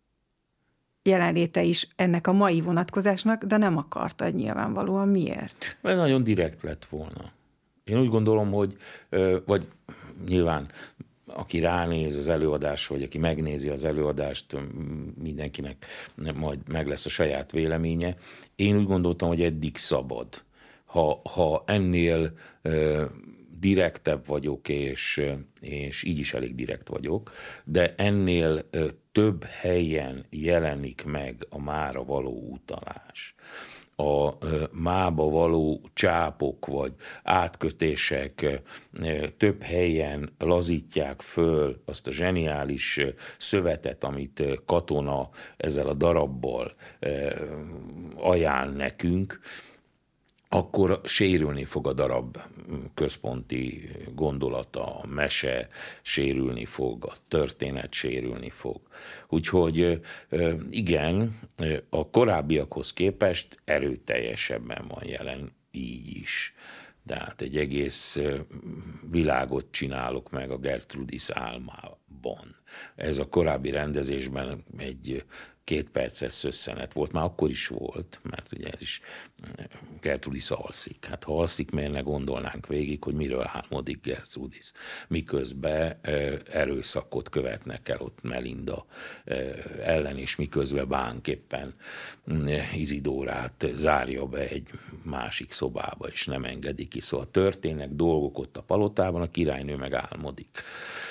jelenléte is ennek a mai vonatkozásnak, de nem akartad nyilvánvalóan. Miért? Mert nagyon direkt lett volna. Én úgy gondolom, hogy vagy nyilván aki ránéz az előadásra, vagy aki megnézi az előadást, mindenkinek majd meg lesz a saját véleménye. Én úgy gondoltam, hogy eddig szabad. Ha ennél direktebb vagyok, és így is elég direkt vagyok, de ennél több helyen jelenik meg a mára való utalás. A mába való csápok vagy átkötések több helyen lazítják föl azt a zseniális szövetet, amit Katona ezzel a darabbal ajánl nekünk, akkor sérülni fog a darab központi gondolata, a mese sérülni fog, a történet sérülni fog. Úgyhogy igen, a korábbiakhoz képest erőteljesebben van jelen így is. De hát egy egész világot csinálok meg a Gertrudis álmában. Ez a korábbi rendezésben egy 2 perces szösszenet volt, már akkor is volt, mert ugye ez is Gertrudis alszik. Hát ha alszik, miért ne gondolnánk végig, hogy miről álmodik Gertrudis, miközben erőszakot követnek el ott Melinda ellen, és miközben Bánk éppen Izidórát zárja be egy másik szobába, és nem engedi ki. Szóval történnek dolgok ott a palotában, a királynő meg álmodik.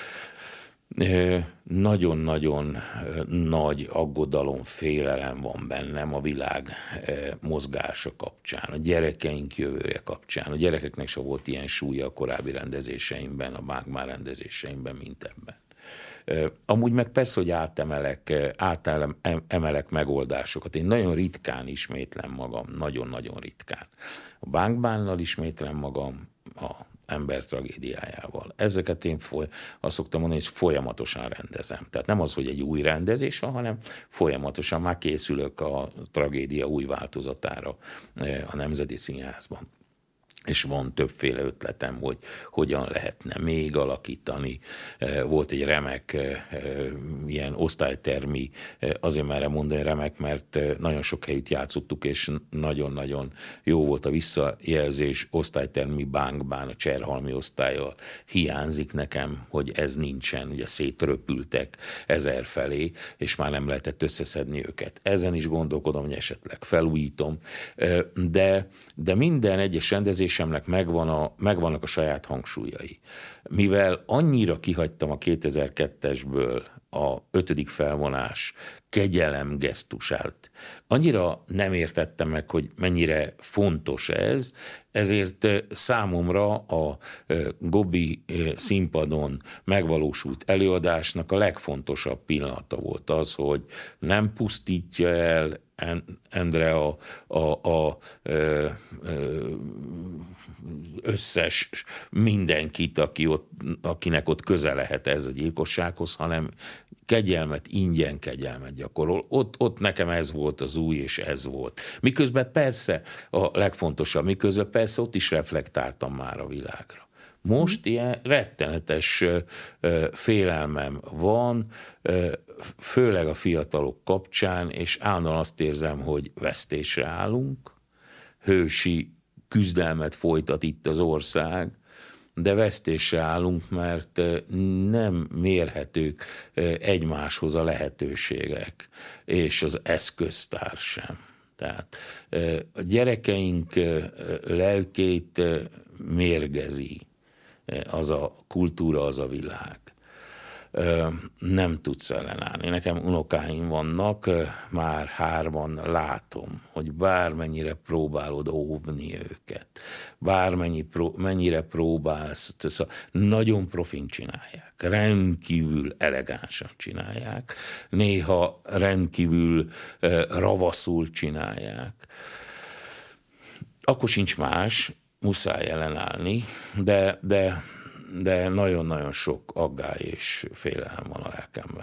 Nagyon-nagyon nagy aggodalom, félelem van bennem a világ mozgása kapcsán, a gyerekeink jövője kapcsán. A gyerekeknek se volt ilyen súlya a korábbi rendezéseimben, a Bánkmán rendezéseimben, mint ebben. Amúgy meg persze, hogy átemelek megoldásokat. Én nagyon ritkán ismétlem magam, nagyon-nagyon ritkán. A Bánkbánnal ismétlem magam, a ember tragédiájával. Ezeket én azt szoktam mondani, hogy folyamatosan rendezem. Tehát nem az, hogy egy új rendezés van, hanem folyamatosan már készülök a tragédia új változatára a Nemzeti Színházban. És van többféle ötletem, hogy hogyan lehetne még alakítani. Volt egy remek ilyen osztálytermi, azért merre mondani remek, mert nagyon sok helyütt játszottuk, és nagyon-nagyon jó volt a visszajelzés. Osztálytermi Bánkbán, a Cserhalmi osztállyal hiányzik nekem, hogy ez nincsen, ugye szétröpültek 1000 felé, és már nem lehetett összeszedni őket. Ezen is gondolkodom, hogy esetleg felújítom, de minden egyes rendezés vezetésemnek megvannak a saját hangsúlyai. Mivel annyira kihagytam a 2002-esből a 5. felvonás kegyelem gesztusát, annyira nem értettem meg, hogy mennyire fontos ez, ezért számomra a Gobbi színpadon megvalósult előadásnak a legfontosabb pillanata volt az, hogy nem pusztítja el Endre összes mindenkit, akinek ott köze lehet ez a gyilkossághoz, hanem ingyen kegyelmet gyakorol. Ott nekem ez volt az új, és ez volt. Miközben persze a legfontosabb, miközben persze ott is reflektáltam már a világra. Most ilyen rettenetes félelmem van, főleg a fiatalok kapcsán, és állandóan azt érzem, hogy vesztésre állunk, hősi küzdelmet folytat itt az ország, de vesztésre állunk, mert nem mérhetők egymáshoz a lehetőségek, és az eszköztár sem. Tehát a gyerekeink lelkét mérgezi az a kultúra, az a világ. Nem tudsz ellenállni. Nekem unokáim vannak, már 3 látom, hogy bármennyire próbálod óvni őket, mennyire próbálsz, szóval nagyon profin csinálják, rendkívül elegánsan csinálják, néha rendkívül ravaszul csinálják. Akkor sincs más, muszáj ellenállni, de nagyon-nagyon sok aggály és félelem van a lelkemben.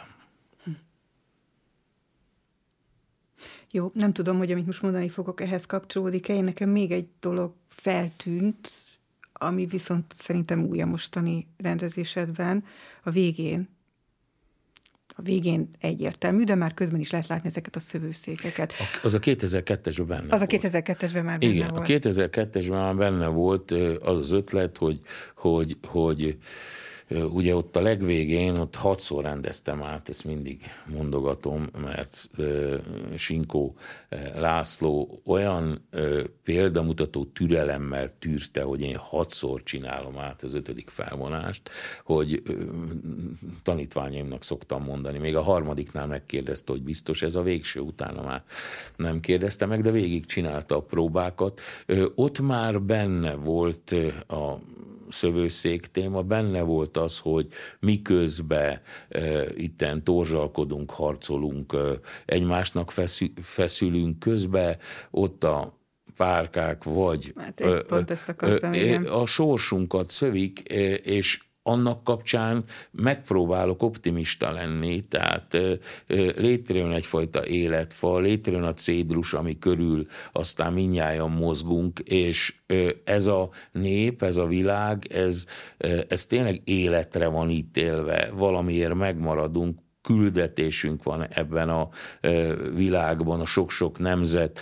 Jó, nem tudom, hogy amit most mondani fogok, ehhez kapcsolódik-e. Én nekem még egy dolog feltűnt, ami viszont szerintem új a mostani rendezésedben, a végén. A végén egyértelmű, de már közben is lehet látni ezeket a szövőszékeket. Az a 2002-esben benne Az volt. A 2002-esben már benne igen, volt. Igen, a 2002-esben már benne volt az ötlet, hogy ugye ott a legvégén, ott 6-szor rendeztem át, ezt mindig mondogatom, mert Sinkó László olyan példamutató türelemmel tűrte, hogy én 6-szor csinálom át az 5. felvonást, hogy tanítványaimnak szoktam mondani. Még a 3-nál megkérdezte, hogy biztos ez a végső, utána már nem kérdezte meg, de végig csinálta a próbákat. Ott már benne volt a szövőszék téma, benne volt az, hogy miközben itten torzsalkodunk, harcolunk, egymásnak feszülünk, közben ott a párkák vagy pont ezt akartam, a sorsunkat szövik, és annak kapcsán megpróbálok optimista lenni, tehát létrejön egyfajta életfal, létrejön a cédrus, ami körül aztán mindnyájan mozgunk, és ez a nép, ez a világ, ez tényleg életre van ítélve, valamiért megmaradunk, küldetésünk van ebben a világban, a sok-sok nemzet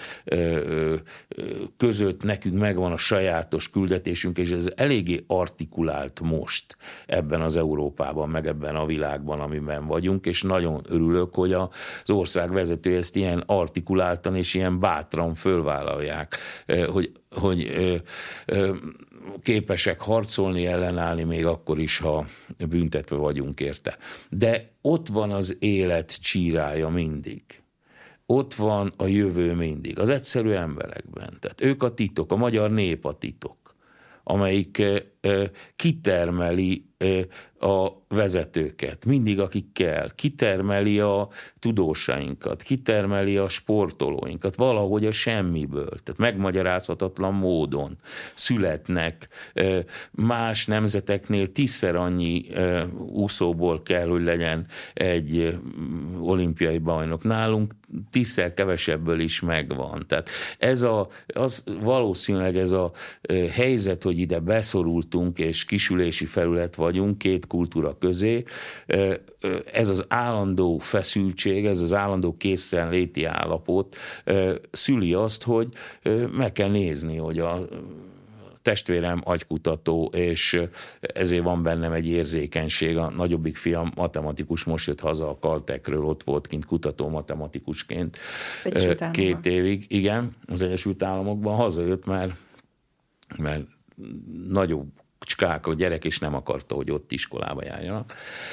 között, nekünk megvan a sajátos küldetésünk, és ez eléggé artikulált most ebben az Európában, meg ebben a világban, amiben vagyunk, és nagyon örülök, hogy az ország vezető ezt ilyen artikuláltan és ilyen bátran fölvállalják, hogy képesek harcolni, ellenállni, még akkor is, ha büntetve vagyunk érte. De ott van az élet csírája mindig. Ott van a jövő mindig. Az egyszerű emberekben. Tehát ők a titok, a magyar nép a titok, amelyik kitermeli a vezetőket, mindig akik kell, kitermeli a tudósainkat, kitermeli a sportolóinkat, valahogy a semmiből, tehát megmagyarázhatatlan módon születnek. Más nemzeteknél 10-szer annyi úszóból kell, hogy legyen egy olimpiai bajnok. Nálunk 10-szer kevesebből is megvan. Tehát valószínűleg ez a helyzet, hogy ide beszorultunk, és kisülési felület vagyunk két kultúra közé, ez az állandó feszültség, ez az állandó készenléti állapot szüli azt, hogy meg kell nézni, hogy a testvérem agykutató, és ezért van bennem egy érzékenység. A nagyobbik fiam matematikus, most jött haza a Caltechről, ott volt kint kutató matematikusként 2 évig, igen, az Egyesült Államokban hazajött, mert nagyobb cskák a gyerek, és nem akarta, hogy ott iskolába járjanak.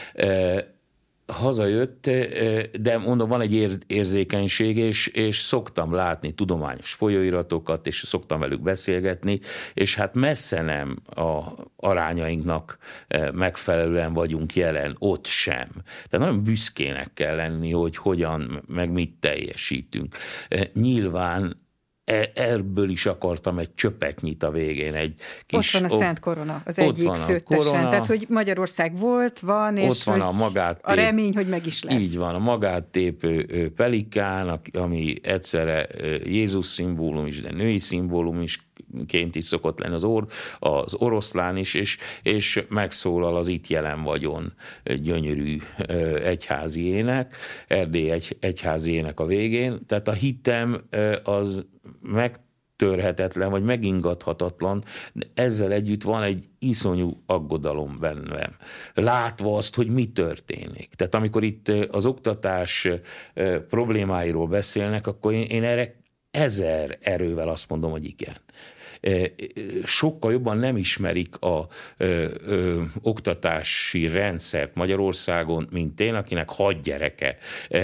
Hazajött, de mondom, van egy érzékenység, és szoktam látni tudományos folyóiratokat, és szoktam velük beszélgetni, és hát messze nem a arányainknak megfelelően vagyunk jelen, ott sem. Tehát nagyon büszkének kell lenni, hogy hogyan, meg mit teljesítünk. Nyilván ebből is akartam egy csöpeknyit a végén. Egy kis, ott van a Szent Korona, az egyik szőttesen. Tehát, hogy Magyarország van, és ott van a remény, hogy meg is lesz. Így van, a magát tépő pelikán, ami egyszerre Jézus szimbólum is, de női szimbólum is ként is szokott lenni az oroszlán is, és megszólal az Itt jelen vagyon gyönyörű egyházi ének, Erdély egyházi ének a végén. Tehát a hitem az megtörhetetlen, vagy megingathatatlan, de ezzel együtt van egy iszonyú aggodalom bennem. Látva azt, hogy mi történik. Tehát amikor itt az oktatás problémáiról beszélnek, akkor én erre 1000 erővel azt mondom, hogy igen. Sokkal jobban nem ismerik a oktatási rendszert Magyarországon, mint én, akinek 6 gyereke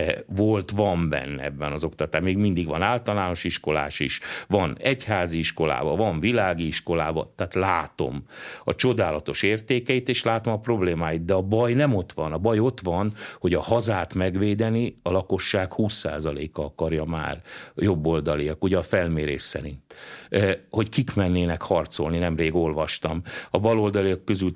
van benne ebben az oktatás. Még mindig van általános iskolás is, van egyházi iskolába, van világi iskolába, tehát látom a csodálatos értékeit, és látom a problémáit, de a baj nem ott van. A baj ott van, hogy a hazát megvédeni a lakosság 20%-a akarja már jobboldaliak, ugye a felmérés szerint. Hogy kik mennének harcolni, nemrég olvastam. A baloldaliak közül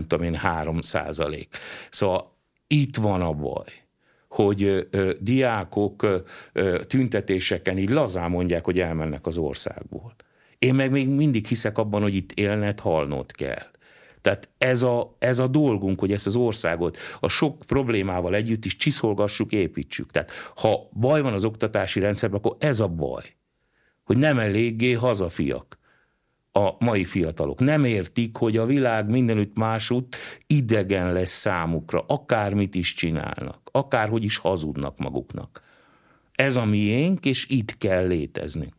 3%. Szóval itt van a baj, hogy diákok tüntetéseken így lazán mondják, hogy elmennek az országból. Én meg még mindig hiszek abban, hogy itt élned, halnod kell. Tehát ez a dolgunk, hogy ezt az országot a sok problémával együtt is csiszolgassuk, építsük. Tehát ha baj van az oktatási rendszerben, akkor ez a baj, hogy nem eléggé hazafiak a mai fiatalok. Nem értik, hogy a világ mindenütt másút idegen lesz számukra, akármit is csinálnak, akárhogy is hazudnak maguknak. Ez a miénk, és itt kell léteznünk.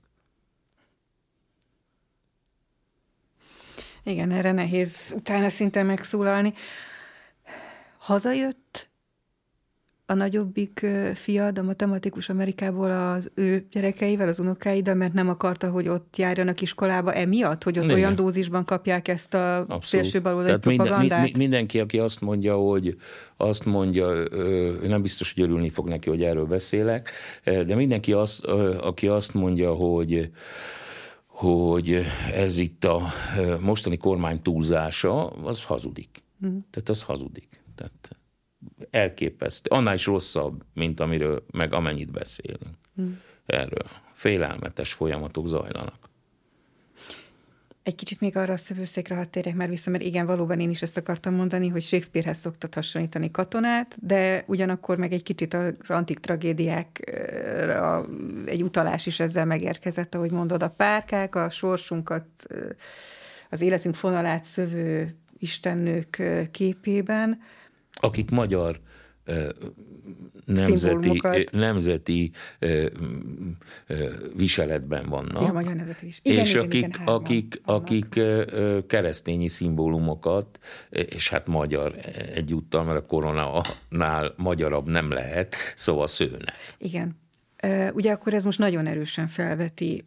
Igen, erre nehéz utána szinte megszólalni. Hazajött a nagyobbik fiad, a matematikus Amerikából az ő gyerekeivel, az unokáiddal, mert nem akarta, hogy ott járjanak iskolába emiatt, hogy ott igen, olyan dózisban kapják ezt a szélső baloldali propagandát? Mindenki, aki azt mondja, nem biztos, hogy örülni fog neki, hogy erről beszélek, de mindenki, aki azt mondja, hogy ez itt a mostani kormány túlzása, az hazudik. Tehát az hazudik. Tehát elképesztő. Annál is rosszabb, mint amiről, meg amennyit beszélünk. Erről. Félelmetes folyamatok zajlanak. Egy kicsit még arra a szövőszékre hadd térjek már vissza, mert igen, valóban én is ezt akartam mondani, hogy Shakespearehez szoktad hasonlítani Katonát, de ugyanakkor meg egy kicsit az antik tragédiákra egy utalás is ezzel megérkezett, ahogy mondod, a párkák, a sorsunkat, az életünk fonalát szövő istennők képében. Akik magyar nemzeti viseletben vannak. Ja, magyar nemzeti viseletben. És akik keresztényi szimbólumokat, és hát magyar egyúttal, mert a koronánál magyarabb nem lehet, szóval szőnek. Igen. Ugye akkor ez most nagyon erősen felveti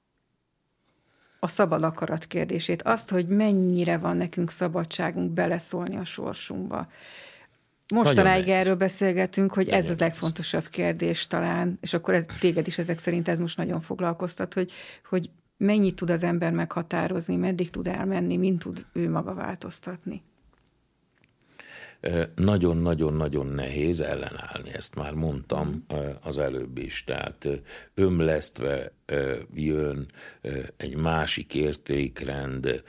a szabad akarat kérdését. Azt, hogy mennyire van nekünk szabadságunk beleszólni a sorsunkba. Mostanáig erről beszélgetünk, hogy ez az legfontosabb kérdés talán, és akkor ez téged is ezek szerint ez most nagyon foglalkoztat, hogy mennyit tud az ember meghatározni, meddig tud elmenni, mint tud ő maga változtatni. Nagyon-nagyon-nagyon nehéz ellenállni, ezt már mondtam az előbb is, tehát ömlesztve jön egy másik értékrend,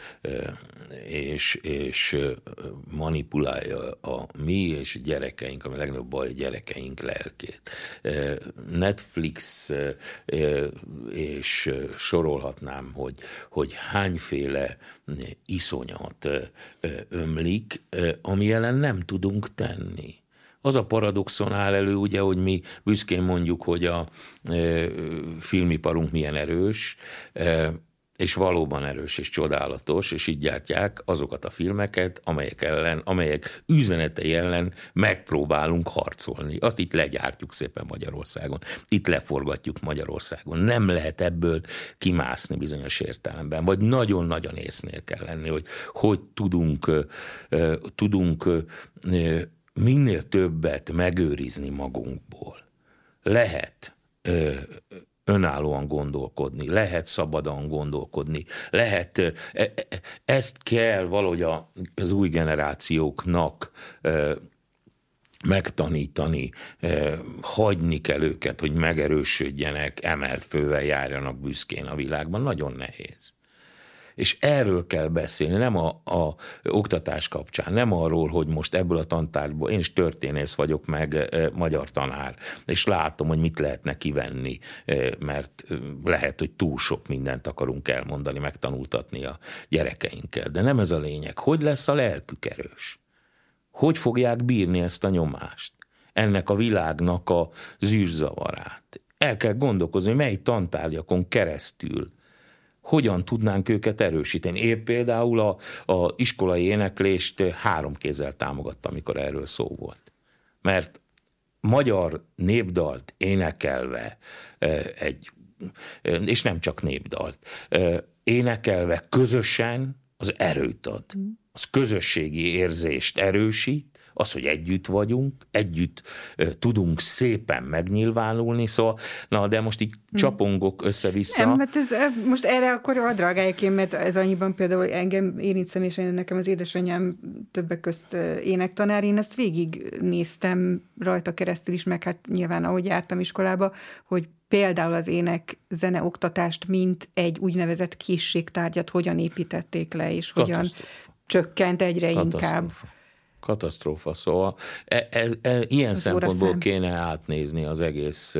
és manipulálja a mi és gyerekeink, ami a legnagyobb baj, a gyerekeink lelkét. Netflix, és sorolhatnám, hogy hányféle iszonyat ömlik, ami ellen nem tudunk tenni. Az a paradoxon áll elő, ugye, hogy mi büszkén mondjuk, hogy a filmiparunk milyen erős. és valóban erős és csodálatos, és így gyártják azokat a filmeket, amelyek üzenetei ellen megpróbálunk harcolni. Azt itt legyártjuk szépen Magyarországon. Itt leforgatjuk Magyarországon. Nem lehet ebből kimászni bizonyos értelemben, vagy nagyon-nagyon észnél kell lenni, hogy tudunk minél többet megőrizni magunkból. Lehet önállóan gondolkodni, lehet szabadon gondolkodni, lehet, ezt kell valahogy az új generációknak megtanítani, hagyni kell őket, hogy megerősödjenek, emelt fővel járjanak büszkén a világban. Nagyon nehéz. És erről kell beszélni, nem a oktatás kapcsán, nem arról, hogy most ebből a tantárgyból, én is történész vagyok, meg magyar tanár, és látom, hogy mit lehetne kivenni, mert lehet, hogy túl sok mindent akarunk elmondani, megtanultatni a gyerekeinkkel. De nem ez a lényeg. Hogy lesz a lelkük erős? Hogy fogják bírni ezt a nyomást? Ennek a világnak a zűrzavarát. El kell gondolkozni, mely tantárgyakon keresztül hogyan tudnánk őket erősíteni. Én például a iskolai éneklést 3 kézzel támogattam, amikor erről szó volt. Mert magyar népdalt énekelve és nem csak népdalt, énekelve közösen az erőt ad. Az közösségi érzést erősít, az, hogy együtt vagyunk, együtt tudunk szépen megnyilvánulni, szóval, de most így csapongok össze-vissza. Nem, mert most erre akkor hadd reagáljak én, mert ez annyiban például engem érint személyesen, nekem az édesanyám többek közt énektanár, én ezt végignéztem rajta keresztül is, meg hát nyilván ahogy jártam iskolába, hogy például az ének-zene oktatást, mint egy úgynevezett készségtárgyat hogyan építették le, és hogyan csökkent egyre inkább. Katasztrófa. Szóval ilyen az szempontból kéne átnézni az egész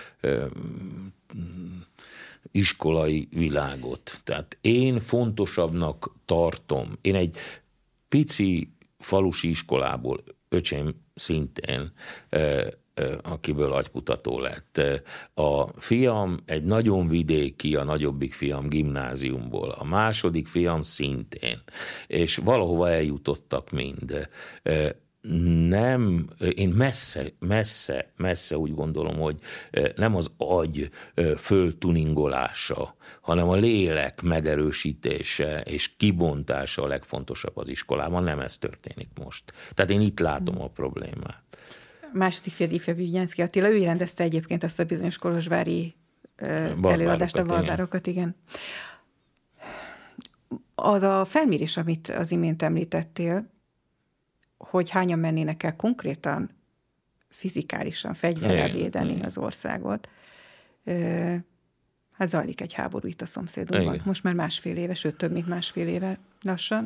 iskolai világot. Tehát én fontosabbnak tartom. Én egy pici falusi iskolából, öcsém szintén, akiből agykutató lett. A fiam egy nagyon vidéki, a nagyobbik fiam gimnáziumból, a második fiam szintén, és valahova eljutottak mind. Nem, én messze úgy gondolom, hogy nem az agy föltuningolása, hanem a lélek megerősítése és kibontása a legfontosabb az iskolában, nem ez történik most. Tehát én itt látom a problémát. Második fiad ifjabb Vinyánszky Attila, ő rendezte egyébként azt a bizonyos kolozsvári előadást, a barbárokat, igen. Az a felmérés, amit az imént említettél, hogy hányan mennének el konkrétan fizikálisan fegyverrel védeni az országot, hát zajlik egy háború itt a szomszédunkban. Igen. Most már 1,5 éve, sőt több mint 1,5 éve lassan.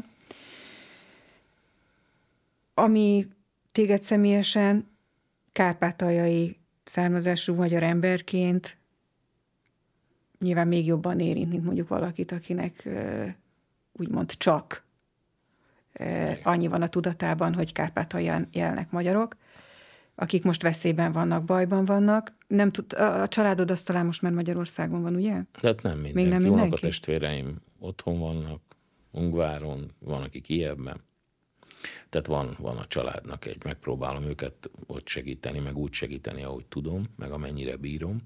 Ami téged személyesen kárpátaljai származású magyar emberként nyilván még jobban érint, mint mondjuk valakit, akinek úgymond csak annyi van a tudatában, hogy Kárpátalján élnek magyarok, akik most veszélyben vannak, bajban vannak. Nem a családod azt talán most már Magyarországon van, ugye? Tehát nem mindenki. Még nem mindenki? Vannak a testvéreim, otthon vannak, Ungváron, van, aki Kijevben. Tehát van a családnak megpróbálom őket ott segíteni, meg úgy segíteni, ahogy tudom, meg amennyire bírom.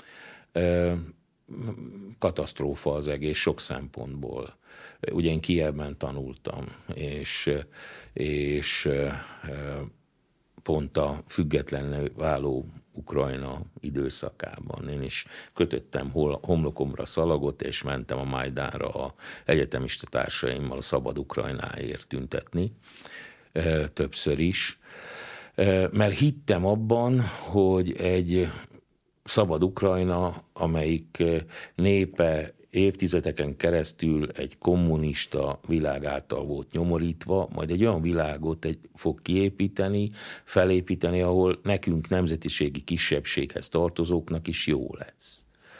Katasztrófa az egész sok szempontból. Ugye én Kijevben tanultam, és pont a függetlenné váló Ukrajna időszakában én is kötöttem homlokomra szalagot, és mentem a Majdánra a egyetemista társaimmal a szabad Ukrajnáért tüntetni, többször is, mert hittem abban, hogy egy szabad Ukrajna, amelyik népe évtizedeken keresztül egy kommunista világ által volt nyomorítva, majd egy olyan világot fog kiépíteni, felépíteni, ahol nekünk nemzetiségi kisebbséghez tartozóknak is jó lesz.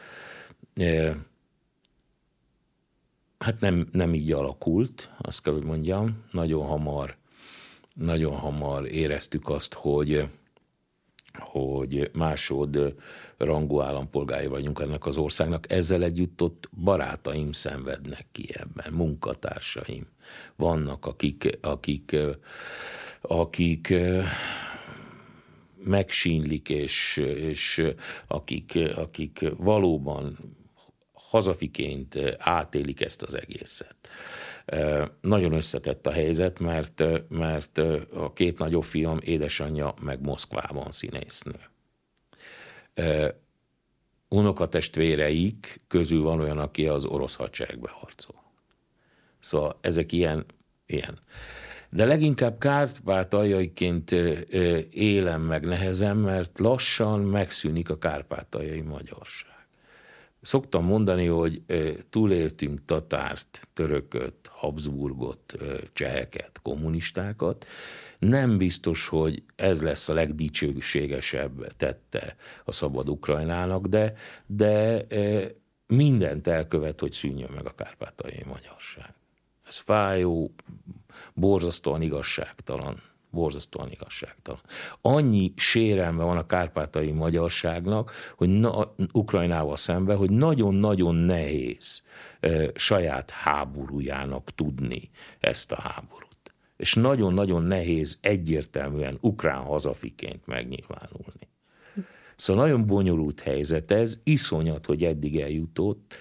Hát nem így alakult, azt kell, hogy mondjam. Nagyon hamar éreztük azt, hogy másod rangú állampolgári vagyunk ennek az országnak. Ezzel együtt ott barátaim szenvednek ki ebben, munkatársaim. Vannak, akik megsínlik, és akik valóban hazafiként átélik ezt az egészet. Nagyon összetett a helyzet, mert a két nagyobb fiam édesanyja meg Moszkvában színésznő. Unokatestvéreik közül van olyan, aki az orosz hadseregbe harcol. Szóval ezek ilyen. De leginkább kárpátaljaiként élem meg nehezen, mert lassan megszűnik a kárpátaljai magyarság. Szoktam mondani, hogy túléltünk tatárt, törököt, Habsburgot, cseheket, kommunistákat. Nem biztos, hogy ez lesz a legdicsőségesebb tette a szabad Ukrajnának, de mindent elkövet, hogy szűnjön meg a kárpátaljai magyarság. Ez fájó, borzasztóan igazságtalan. Annyi sérelme van a kárpátaljai magyarságnak, hogy Ukrajnával szemben, hogy nagyon-nagyon nehéz saját háborújának tudni ezt a háborút. És nagyon-nagyon nehéz egyértelműen ukrán hazafiként megnyilvánulni. Szóval nagyon bonyolult helyzet ez, iszonyat, hogy eddig eljutott,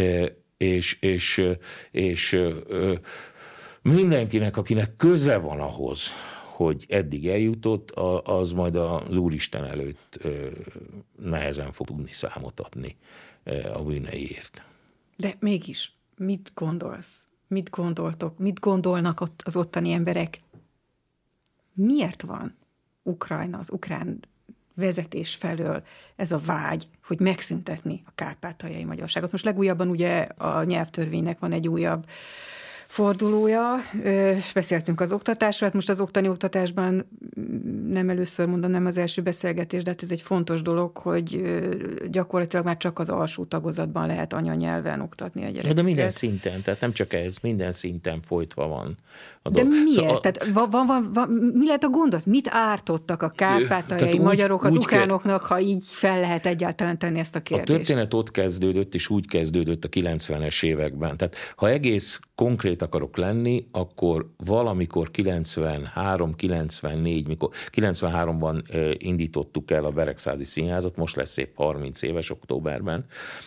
és mindenkinek, akinek köze van ahhoz, hogy eddig eljutott, az majd az Úristen előtt nehezen fog tudni számot adni a bűneiért. De mégis, mit gondolsz? Mit gondoltok? Mit gondolnak ott az ottani emberek? Miért van Ukrajna, az ukrán vezetés felől ez a vágy, hogy megszüntetni a kárpátaljai magyarságot? Most legújabban ugye a nyelvtörvénynek van egy újabb fordulója, és beszéltünk az oktatásról, hát most az ottani oktatásban nem először mondom, nem az első beszélgetés, de hát ez egy fontos dolog, hogy gyakorlatilag már csak az alsó tagozatban lehet anyanyelven oktatni a gyerekeket. De minden szinten, tehát nem csak ez, minden szinten folytva van a dolog. De miért? Szóval tehát mi lehet a gondot? Mit ártottak a kárpátaljai magyarok az ukránoknak, ha így fel lehet egyáltalán tenni ezt a kérdést? A történet ott kezdődött, és úgy kezdődött a 90-es években. Tehát ha egész konkrét akarok lenni, akkor valamikor 93-94, mikor 93-ban indítottuk el a Beregszázi Színházat, most lesz épp 30 éves októberben,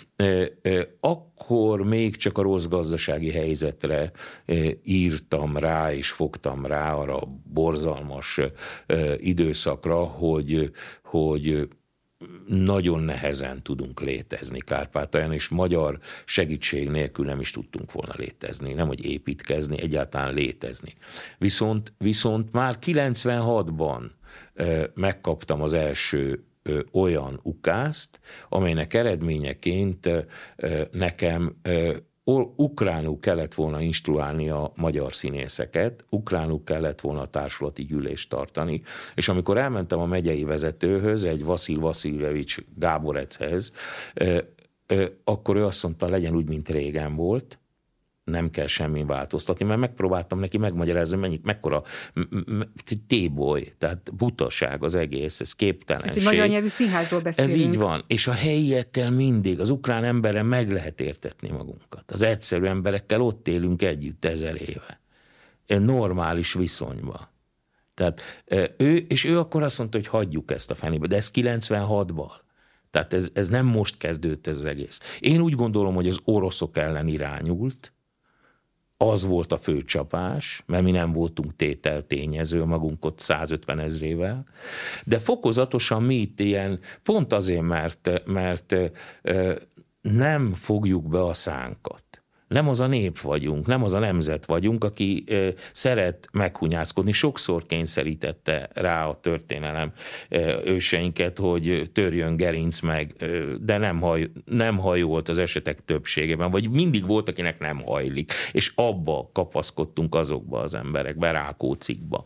akkor még csak a rossz gazdasági helyzetre írtam rá, és fogtam rá arra a borzalmas időszakra, hogy nagyon nehezen tudunk létezni Kárpátalján, és magyar segítség nélkül nem is tudtunk volna létezni, nem hogy építkezni, egyáltalán létezni. Viszont már 96-ban megkaptam az első olyan ukázt, amelynek eredményeként nekem ukránul kellett volna instruálni a magyar színészeket, ukránul kellett volna a társulati gyűlést tartani, és amikor elmentem a megyei vezetőhöz, egy Vasil Vasiljevics Gáborechez, akkor ő azt mondta, legyen úgy, mint régen volt, nem kell semmi változtatni, mert megpróbáltam neki megmagyarázni, mekkora téboly, tehát butaság az egész, ez képtelenség. Tehát magyar nyelvű színházról beszélünk. Ez így van, és a helyiekkel mindig, az ukrán emberrel meg lehet értetni magunkat. Az egyszerű emberekkel ott élünk együtt 1000 éve. Normális viszonyban. Tehát ő akkor azt mondta, hogy hagyjuk ezt a fenébe, de ez 96-ban. Tehát ez nem most kezdődött ez az egész. Én úgy gondolom, hogy az oroszok ellen irányult, az volt a fő csapás, mert mi nem voltunk tételtényező magunk ott 150 000-ével, de fokozatosan mi itt ilyen, pont azért, mert nem fogjuk be a szánkat. Nem az a nép vagyunk, nem az a nemzet vagyunk, aki szeret meghunyászkodni. Sokszor kényszerítette rá a történelem őseinket, hogy törjön gerinc meg, de nem hajolt az esetek többségében, vagy mindig volt, akinek nem hajlik, és abba kapaszkodtunk azokba az emberekbe, Rákóczikba.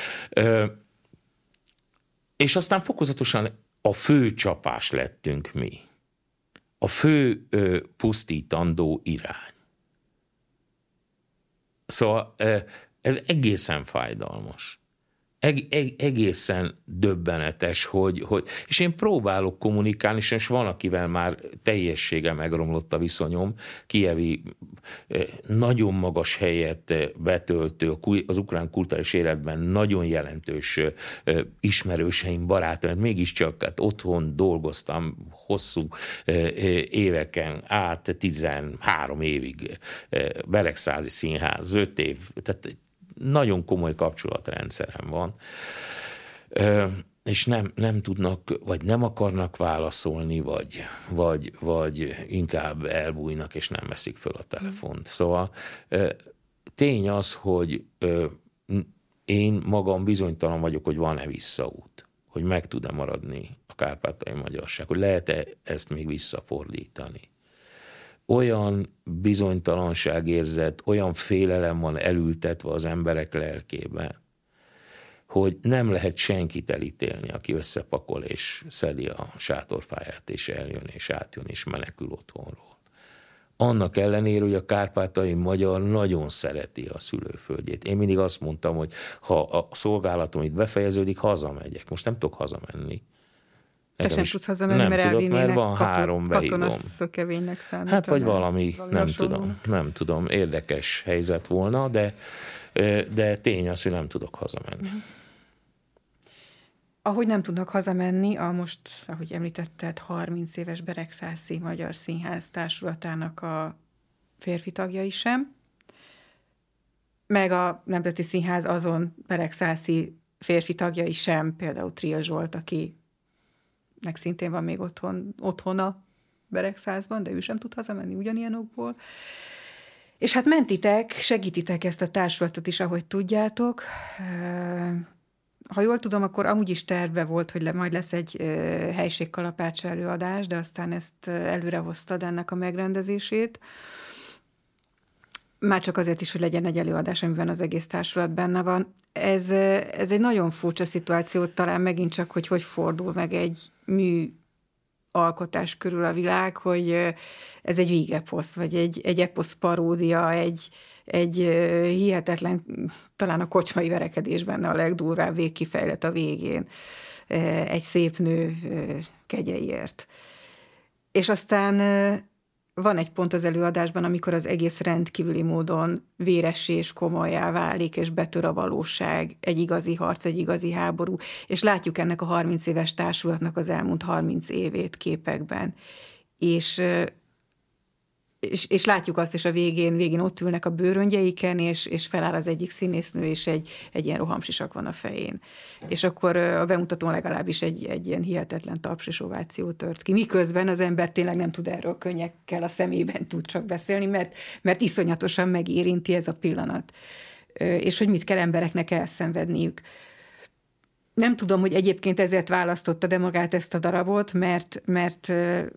És aztán fokozatosan a fő csapás lettünk mi. A fő pusztítandó irány. Szóval ez egészen fájdalmas. egészen döbbenetes, hogy és én próbálok kommunikálni, és van, akivel már teljessége megromlott a viszonyom, kijevi nagyon magas helyet betöltő, az ukrán kulturális életben nagyon jelentős ismerőseim, barátaim, mégiscsak hát otthon dolgoztam hosszú éveken át, 13 évig, Beregszázi Színház, 5 év, tehát nagyon komoly kapcsolatrendszerem van, és nem tudnak, vagy nem akarnak válaszolni, vagy inkább elbújnak, és nem veszik föl a telefont. Szóval tény az, hogy én magam bizonytalan vagyok, hogy van-e visszaút, hogy meg tud-e maradni a kárpátaljai magyarság, hogy lehet-e ezt még visszafordítani. Olyan bizonytalanságérzet, olyan félelem van elültetve az emberek lelkébe, hogy nem lehet senkit elítélni, aki összepakol és szedi a sátorfáját, és eljön, és átjön, és menekül otthonról. Annak ellenére, hogy a kárpátaljai magyar nagyon szereti a szülőföldjét. Én mindig azt mondtam, hogy ha a szolgálatom itt befejeződik, hazamegyek. Most nem tudok hazamenni. Te sem tudsz hazamenni, mert elvinnének, mert van 3 behívom. Katonaszökevénynek számít. Hát vagy valami nem tudom, érdekes helyzet volna, de tény az, hogy nem tudok hazamenni. Ahogy nem tudnak hazamenni, most, ahogy említetted, 30 éves Beregszászi Magyar Színház Társulatának a férfi tagjai sem, meg a Nemzeti Színház azon Beregszászi férfi tagjai sem, például Trill Zsolt, akinek szintén van még otthona Beregszázban, de ő sem tud hazamenni ugyanilyen okból. És hát mentitek, segítitek ezt a társulatot is, ahogy tudjátok. Ha jól tudom, akkor amúgy is terve volt, hogy majd lesz egy helységkalapács előadás, de aztán ezt előrehoztad ennek a megrendezését. Már csak azért is, hogy legyen egy előadás, amiben az egész társulat benne van. Ez egy nagyon furcsa szituáció, talán megint csak, hogy fordul meg egy műalkotás körül a világ, hogy ez egy vígeposz, vagy egy eposz paródia, egy hihetetlen, talán a kocsmai verekedésben a legdurvább végkifejlet a végén, egy szép nő kegyeiért. És aztán van egy pont az előadásban, amikor az egész rendkívüli módon véressé és komolyá válik, és betör a valóság, egy igazi harc, egy igazi háború, és látjuk ennek a 30 éves társulatnak az elmúlt 30 évét képekben. És látjuk azt, és a végén ott ülnek a bőröngyeiken, és feláll az egyik színésznő, és egy ilyen rohamsisak van a fején. És akkor a bemutatón legalábbis egy ilyen hihetetlen taps és ováció tört ki. Miközben az ember tényleg nem tud erről könnyekkel a szemében tud csak beszélni, mert iszonyatosan megérinti ez a pillanat. És hogy mit kell embereknek elszenvedniük. Nem tudom, hogy egyébként ezért választotta de magát ezt a darabot, mert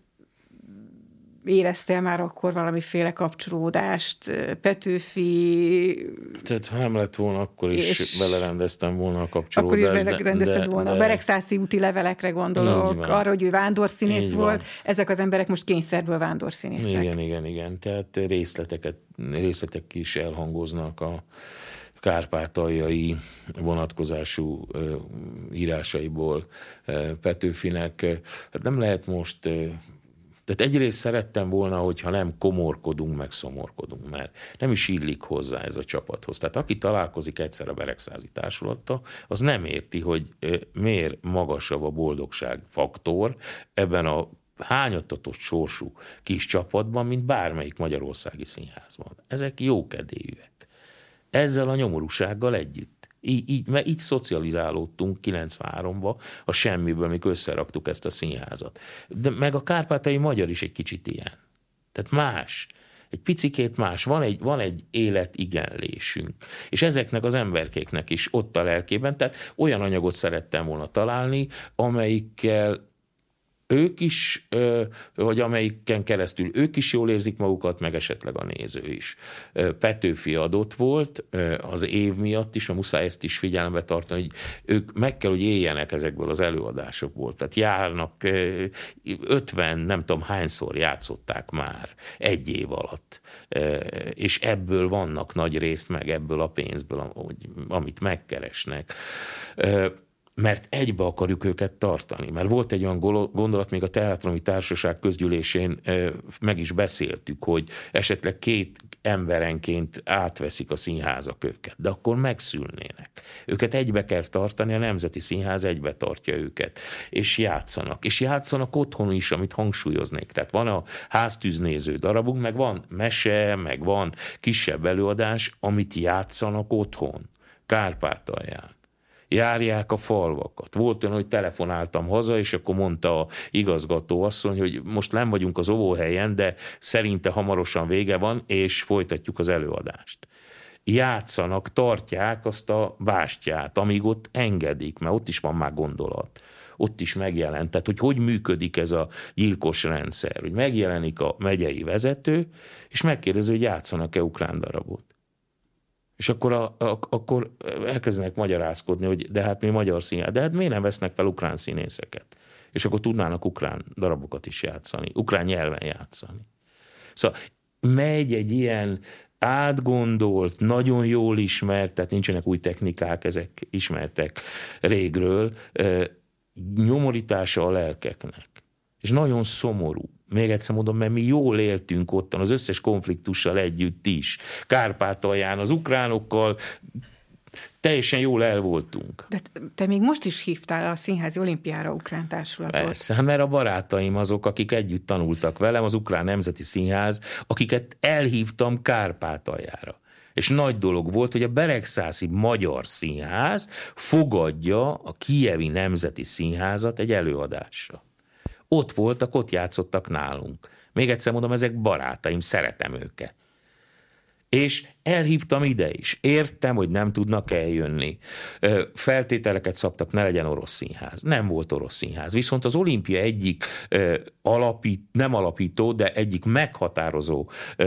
éreztél már akkor valamiféle kapcsolódást, Petőfi... Tehát ha nem lett volna, akkor is belerendeztem volna a kapcsolódást. Akkor is belerendezted volna. A Beregszászi úti levelekre gondolok, arra, hogy ő vándorszínész volt. Ezek az emberek most kényszerből vándorszínészek. Igen. Tehát részletek is elhangoznak a kárpátaljai vonatkozású írásaiból Petőfinek. Hát nem lehet most... Tehát egyrészt szerettem volna, hogyha nem komorkodunk, meg szomorkodunk, mert nem is illik hozzá ez a csapathoz. Tehát aki találkozik egyszer a Beregszázi társulattal, az nem érti, hogy miért magasabb a boldogság faktor ebben a hányattatos sorsú kis csapatban, mint bármelyik magyarországi színházban. Ezek jókedélyűek. Ezzel a nyomorúsággal együtt. Mert így szocializálódtunk 93-ba a semmiből, amikor összeraktuk ezt a színházat. De meg a kárpátaljai magyar is egy kicsit ilyen. Tehát más. Egy picikét más. Van egy életigenlésünk. És ezeknek az emberkéknek is ott a lelkében, tehát olyan anyagot szerettem volna találni, amelyikkel ők is, vagy amelyiken keresztül ők is jól érzik magukat, meg esetleg a néző is. Petőfi adott volt az év miatt is, mert muszáj ezt is figyelembe tartani, hogy ők meg kell, hogy éljenek ezekből az előadásokból. Tehát járnak 50, nem tudom hányszor játszották már egy év alatt. És ebből vannak nagy részt meg, ebből a pénzből, amit megkeresnek. Mert egybe akarjuk őket tartani. Mert volt egy olyan gondolat, még a Teátromi Társaság közgyűlésén meg is beszéltük, hogy esetleg 2 emberenként átveszik a színházak őket, de akkor megszűnnének. Őket egybe kell tartani, a Nemzeti Színház egybe tartja őket, és játszanak. És játszanak otthon is, amit hangsúlyoznék. Tehát van a háztűznéző darabunk, meg van mese, meg van kisebb előadás, amit játszanak otthon, Kárpátalján. Járják a falvakat. Volt olyan, hogy telefonáltam haza, és akkor mondta a igazgató asszony, hogy most nem vagyunk az óvóhelyen, de szerinte hamarosan vége van, és folytatjuk az előadást. Játszanak, tartják azt a bástyát, amíg ott engedik, mert ott is van már gondolat. Ott is megjelent. Tehát, hogy működik ez a gyilkos rendszer. Hogy megjelenik a megyei vezető, és megkérdezi, hogy játszanak-e ukrán darabot. És akkor elkezdenek magyarázkodni, hogy de hát mi magyar színház, de hát miért nem vesznek fel ukrán színészeket? És akkor tudnának ukrán darabokat is játszani, ukrán nyelven játszani. Szóval megy egy ilyen átgondolt, nagyon jól ismert, tehát nincsenek új technikák, ezek ismertek régről, nyomorítása a lelkeknek. És nagyon szomorú. Még egyszer mondom, mert mi jól éltünk ottan, az összes konfliktussal együtt is. Kárpátalján, az ukránokkal teljesen jól el voltunk. De te még most is hívtál a Színházi Olimpiára ukrán társulatot. Persze, mert a barátaim azok, akik együtt tanultak velem, az Ukrán Nemzeti Színház, akiket elhívtam Kárpátaljára. És nagy dolog volt, hogy a Beregszászi Magyar Színház fogadja a Kijevi Nemzeti Színházat egy előadásra. Ott voltak, ott játszottak nálunk. Még egyszer mondom, ezek barátaim, szeretem őket. És elhívtam ide is. Értem, hogy nem tudnak eljönni. Feltételeket szabtak, ne legyen orosz színház. Nem volt orosz színház. Viszont az olimpia egyik nem alapító, de egyik meghatározó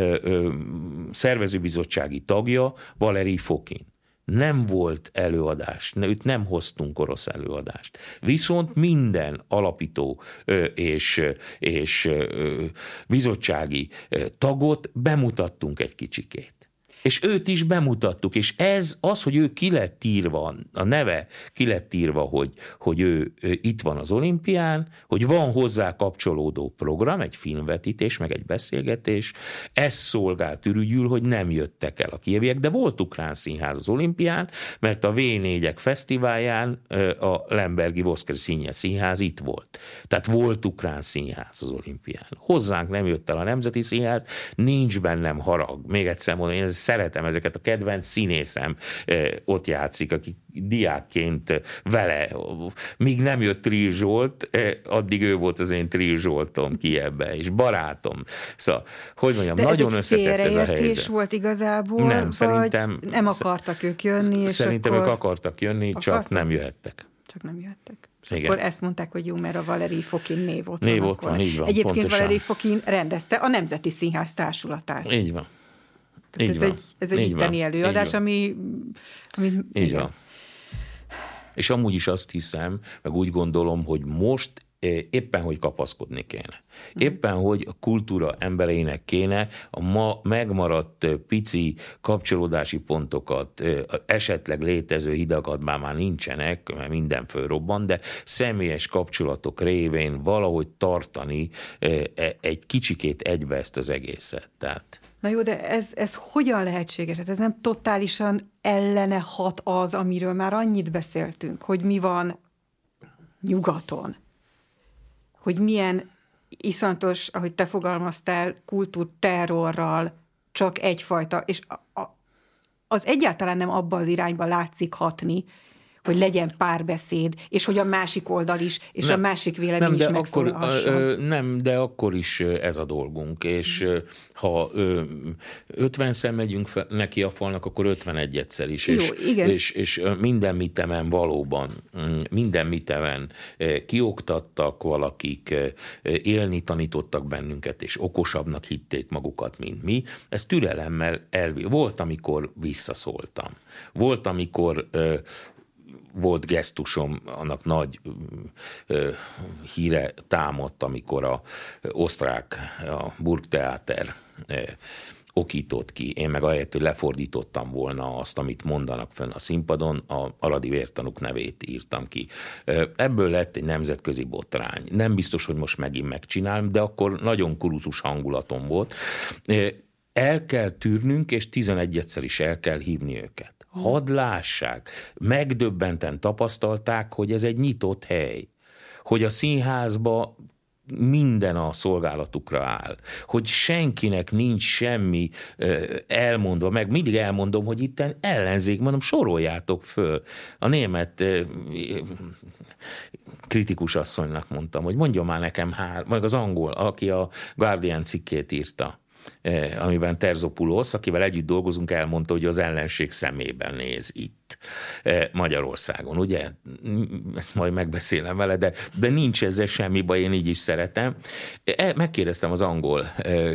szervezőbizottsági tagja, Valerij Fokin. Nem volt előadás, őt nem hoztunk orosz előadást. Viszont minden alapító és bizottsági tagot bemutattunk egy kicsikét. És őt is bemutattuk, és ez az, hogy ő ki lett írva, a neve ki lett írva, hogy ő itt van az olimpián, hogy van hozzá kapcsolódó program, egy filmvetítés, meg egy beszélgetés, ez szolgált ürügyül, hogy nem jöttek el a kijeviek, de volt ukrán színház az olimpián, mert a V4-ek fesztiválján a Lembergi Voszkreszínje színház itt volt. Tehát volt ukrán színház az olimpián. Hozzánk nem jött el a Nemzeti Színház, nincs bennem harag. Még egyszer mondom, én szeretem ezeket, a kedvenc színészem ott játszik, aki diákként vele, míg nem jött Trill Zsolt, addig ő volt az én Trill Zsoltom Kijevbe, és barátom. Szóval, hogy mondjam, nagyon összetett ez a helyzet. Volt igazából? Nem, szerintem... Nem akartak ők jönni, és szerintem akkor... ők akartak jönni, csak nem jöhettek. Csak nem jöhettek. És igen. Akkor ezt mondták, hogy jó, mert a Valerij Fokin név ott név ott van, így van. Egyébként pontosan. Valerij Fokin rendezte a Nemzeti Színház társulatát. Így van. Ez egy itteni előadás, ami így van. És amúgy is azt hiszem, meg úgy gondolom, hogy most éppen, hogy kapaszkodni kéne. Éppen, hogy a kultúra embereinek kéne a ma megmaradt pici kapcsolódási pontokat, esetleg létező hidakat már nincsenek, mert minden fölrobban, de személyes kapcsolatok révén valahogy tartani egy kicsikét egybe ezt az egészet. Tehát... Na jó, de ez hogyan lehetséges? Hát ez nem totálisan ellene hat az, amiről már annyit beszéltünk, hogy mi van nyugaton. Hogy milyen iszonyatos, ahogy te fogalmaztál, kultúrterrorral csak egyfajta, és az egyáltalán nem abba az irányba látszik hatni, hogy legyen párbeszéd, és hogy a másik oldal is, és a másik vélemény is megszólalhasson. Nem, de akkor is ez a dolgunk, és ha 50-szer megyünk neki a falnak, akkor 51-szer is. Jó, igen. És minden mitemen valóban, minden mitemen kioktattak valakik, élni tanítottak bennünket, és okosabbnak hitték magukat, mint mi. Ez türelemmel volt, amikor visszaszóltam. Volt, amikor volt gesztusom, annak nagy híre támadt, amikor a osztrák, a Burgtheater okított ki. Én meg ahelyett, hogy lefordítottam volna azt, amit mondanak fönn a színpadon, a aradi vértanúk nevét írtam ki. Ebből lett egy nemzetközi botrány. Nem biztos, hogy most megint megcsinálom, de akkor nagyon kuruzus hangulatom volt. El kell tűrnünk, és 11-szer is el kell hívni őket. Hadd lássák, megdöbbenten tapasztalták, hogy ez egy nyitott hely, hogy a színházba minden a szolgálatukra áll, hogy senkinek nincs semmi elmondva, meg mindig elmondom, hogy itten ellenzék, mondom, soroljátok föl. A német kritikus asszonynak mondtam, hogy mondjon már nekem meg az angol, aki a Guardian cikkét írta, amiben Terzopoulos, akivel együtt dolgozunk, elmondta, hogy az ellenség szemében néz itt Magyarországon, ugye? Ezt majd megbeszélem vele, de nincs ezzel semmi baj, én így is szeretem. Megkérdeztem az angol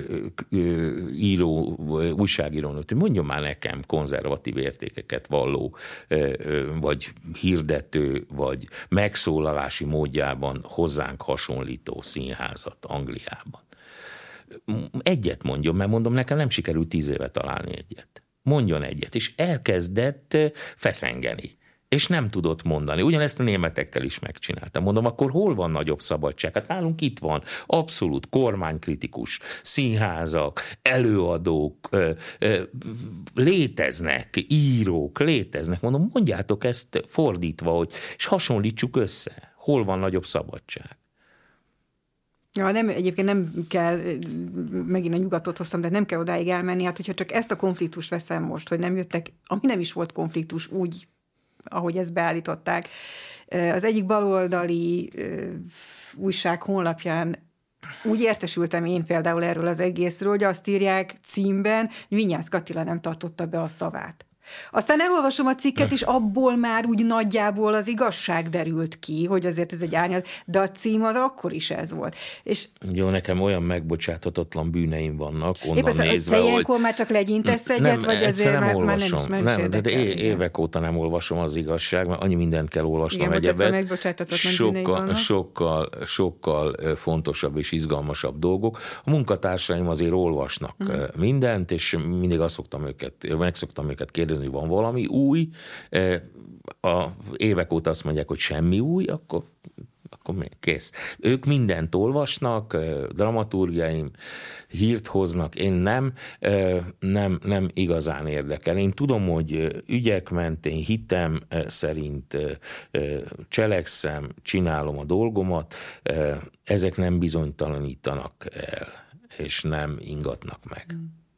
újságírónőt, hogy mondjon már nekem konzervatív értékeket valló, vagy hirdető, vagy megszólalási módjában hozzánk hasonlító színházat Angliában. Egyet mondjon, mert mondom, nekem nem sikerült 10 éve találni egyet. Mondjon egyet, és elkezdett feszengeni, és nem tudott mondani. Ugyanezt a németekkel is megcsináltam. Mondom, akkor hol van nagyobb szabadság? Hát nálunk itt van abszolút kormánykritikus színházak, előadók, léteznek, írók, léteznek. Mondom, mondjátok ezt fordítva, hogy, és hasonlítsuk össze. Hol van nagyobb szabadság? Ja, egyébként nem kell, megint a nyugatot hoztam, de nem kell odáig elmenni, hát hogyha csak ezt a konfliktust veszem most, hogy nem jöttek, ami nem is volt konfliktus úgy, ahogy ezt beállították. Az egyik baloldali újság honlapján úgy értesültem én például erről az egészről, hogy azt írják címben, hogy Vinyánszky Attila nem tartotta be a szavát. Aztán elolvasom a cikket, és abból már úgy nagyjából az igazság derült ki, hogy azért ez egy árnyat, de a cím az akkor is ez volt. És jó, nekem olyan megbocsáthatatlan bűneim vannak, onnan nézve, hogy... Te ilyenkor már csak legyintesz egyet, vagy ezért nem már nem is de évek óta nem olvasom, az igazság, mert annyi mindent kell olvasnom egyebet. Sokkal fontosabb és izgalmasabb dolgok. A munkatársaim azért olvasnak mindent, és mindig meg szoktam őket kérdezni, hogy van valami új, a évek óta azt mondják, hogy semmi új, akkor kész. Ők mindent olvasnak, dramaturgiaim hírt hoznak, én nem igazán érdekel. Én tudom, hogy ügyek mentén, hitem szerint cselekszem, csinálom a dolgomat, ezek nem bizonytalanítanak el, és nem ingatnak meg.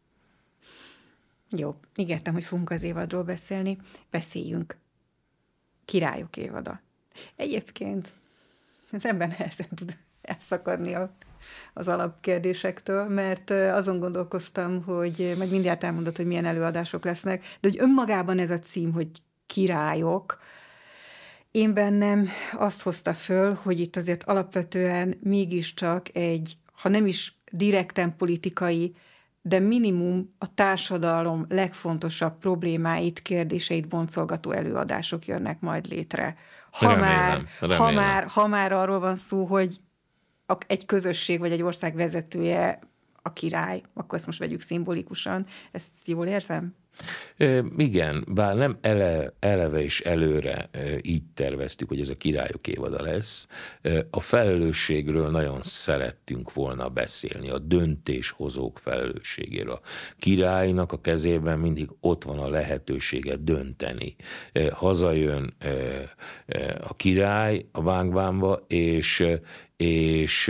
Jó, ígértem, hogy fogunk az évadról beszélni. Beszéljünk. Királyok évada. Egyébként ez ebben nehezen tud elszakadni az alapkérdésektől, mert azon gondolkoztam, hogy majd mindjárt elmondod, hogy milyen előadások lesznek, de hogy önmagában ez a cím, hogy királyok, én bennem azt hozta föl, hogy itt azért alapvetően mégiscsak egy, ha nem is direkten politikai, de minimum a társadalom legfontosabb problémáit, kérdéseit boncolgató előadások jönnek majd létre. Ha már arról van szó, hogy egy közösség vagy egy ország vezetője a király, akkor ezt most vegyük szimbolikusan. Ezt jól érzem? Igen, bár nem eleve és előre így terveztük, hogy ez a királyok évada lesz. A felelősségről nagyon szerettünk volna beszélni, a döntéshozók felelősségéről. A királynak a kezében mindig ott van a lehetősége dönteni. Hazajön a király a Bánkbánba, és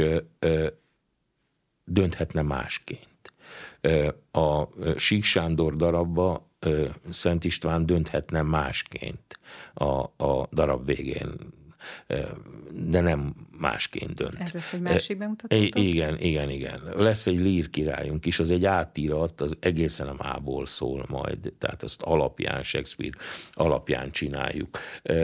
dönthetne másként. A Sík Sándor darabba Szent István dönthetne másként a darab végén, de nem másként dönt. Ez lesz egy másik bemutatótok? Igen. Lesz egy lír királyunk is, az egy átirat, az egészen a mából szól majd, tehát azt alapján, Shakespeare alapján csináljuk.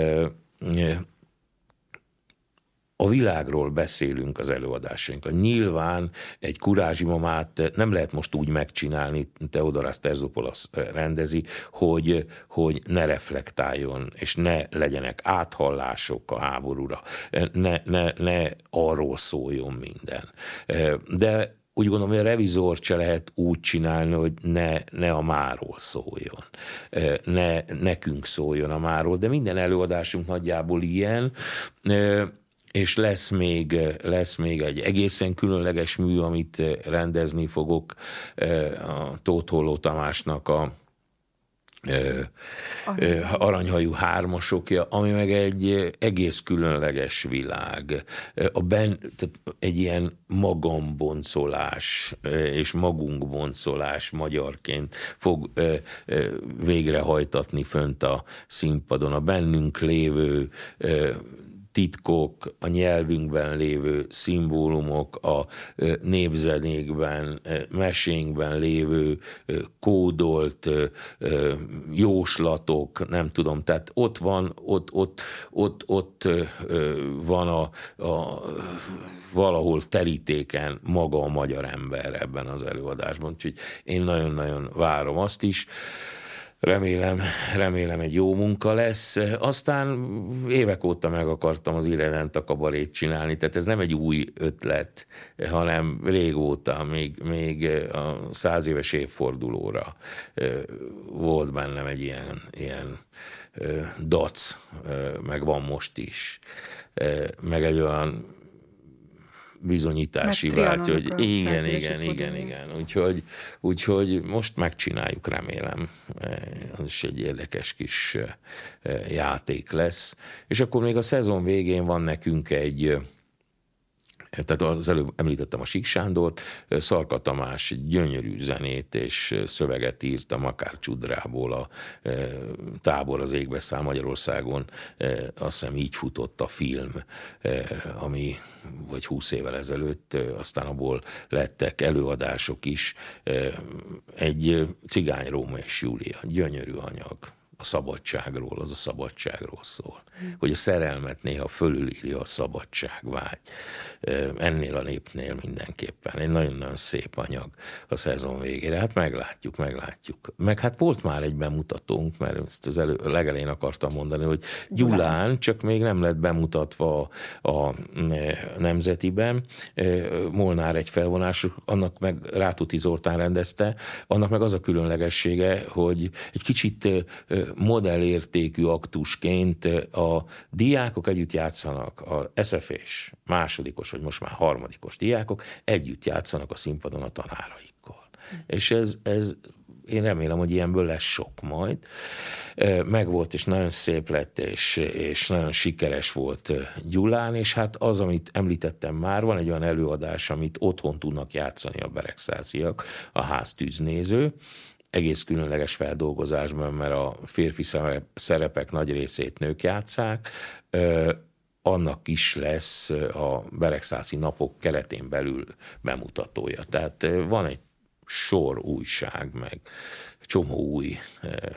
A világról beszélünk az előadásainkon. Nyilván egy kurázsimamát nem lehet most úgy megcsinálni, Theodoras Terzopoulos rendezi, hogy ne reflektáljon, és ne legyenek áthallások a háborúra, ne arról szóljon minden. De úgy gondolom, hogy a revizort se lehet úgy csinálni, hogy ne a máról szóljon, ne nekünk szóljon a máról, de minden előadásunk nagyjából ilyen, és lesz még egy egészen különleges mű, amit rendezni fogok, a Tóth Holló Tamásnak a Aranyhajú hármasokja, ami meg egy egész különleges világ. Tehát egy ilyen magamboncolás és magunkboncolás magyarként fog végrehajtatni fönt a színpadon. A bennünk lévő titkok, a nyelvünkben lévő szimbólumok, a népzenékben, mesénkben lévő kódolt jóslatok, nem tudom, tehát ott van valahol terítéken maga a magyar ember ebben az előadásban, úgyhogy én nagyon-nagyon várom azt is. Remélem egy jó munka lesz. Aztán évek óta meg akartam az Irredent kabarét csinálni, tehát ez nem egy új ötlet, hanem régóta, még a 100 éves évfordulóra volt bennem egy ilyen dac, meg van most is, meg egy olyan bizonyítási vágy, hogy igen. Úgyhogy most megcsináljuk, remélem. Az is egy érdekes kis játék lesz. És akkor még a szezon végén van nekünk tehát az előbb említettem a Sík Sándort, Szarka Tamás gyönyörű zenét és szöveget írt a Makár Csudrából, a Tábor az égbe száll Magyarországon, azt hiszem így futott a film, ami vagy 20 évvel ezelőtt, aztán abból lettek előadások is. Egy Cigány Róma és Júlia, gyönyörű anyag. A szabadságról, az a szabadságról szól. Hogy a szerelmet néha fölülírja a szabadságvágy. Ennél a népnél mindenképpen. Egy nagyon-nagyon szép anyag a szezon végére. Hát meglátjuk. Meg hát volt már egy bemutatónk, mert ezt az legelején akartam mondani, hogy Gyulán, csak még nem lett bemutatva a Nemzetiben. Molnár egy felvonás, annak meg Rátóti Zoltán rendezte, annak meg az a különlegessége, hogy egy kicsit modellértékű aktusként a diákok együtt játszanak, a SZF-és másodikos, vagy most már harmadikos diákok együtt játszanak a színpadon a tanáraikkal. És ez én remélem, hogy ilyenből lesz sok majd. Megvolt, és nagyon szép lett, és nagyon sikeres volt Gyulán, és hát az, amit említettem már, van egy olyan előadás, amit otthon tudnak játszani a beregszáziak, a Háztűznéző, egész különleges feldolgozásban, mert a férfi szerepek nagy részét nők játsszák, annak is lesz a Beregszászi napok keretén belül bemutatója. Tehát van egy sor újság, meg csomó új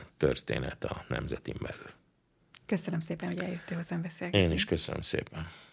történet a Nemzetin belül. Köszönöm szépen, hogy eljöttél hozzám beszélgetni. Én is köszönöm szépen.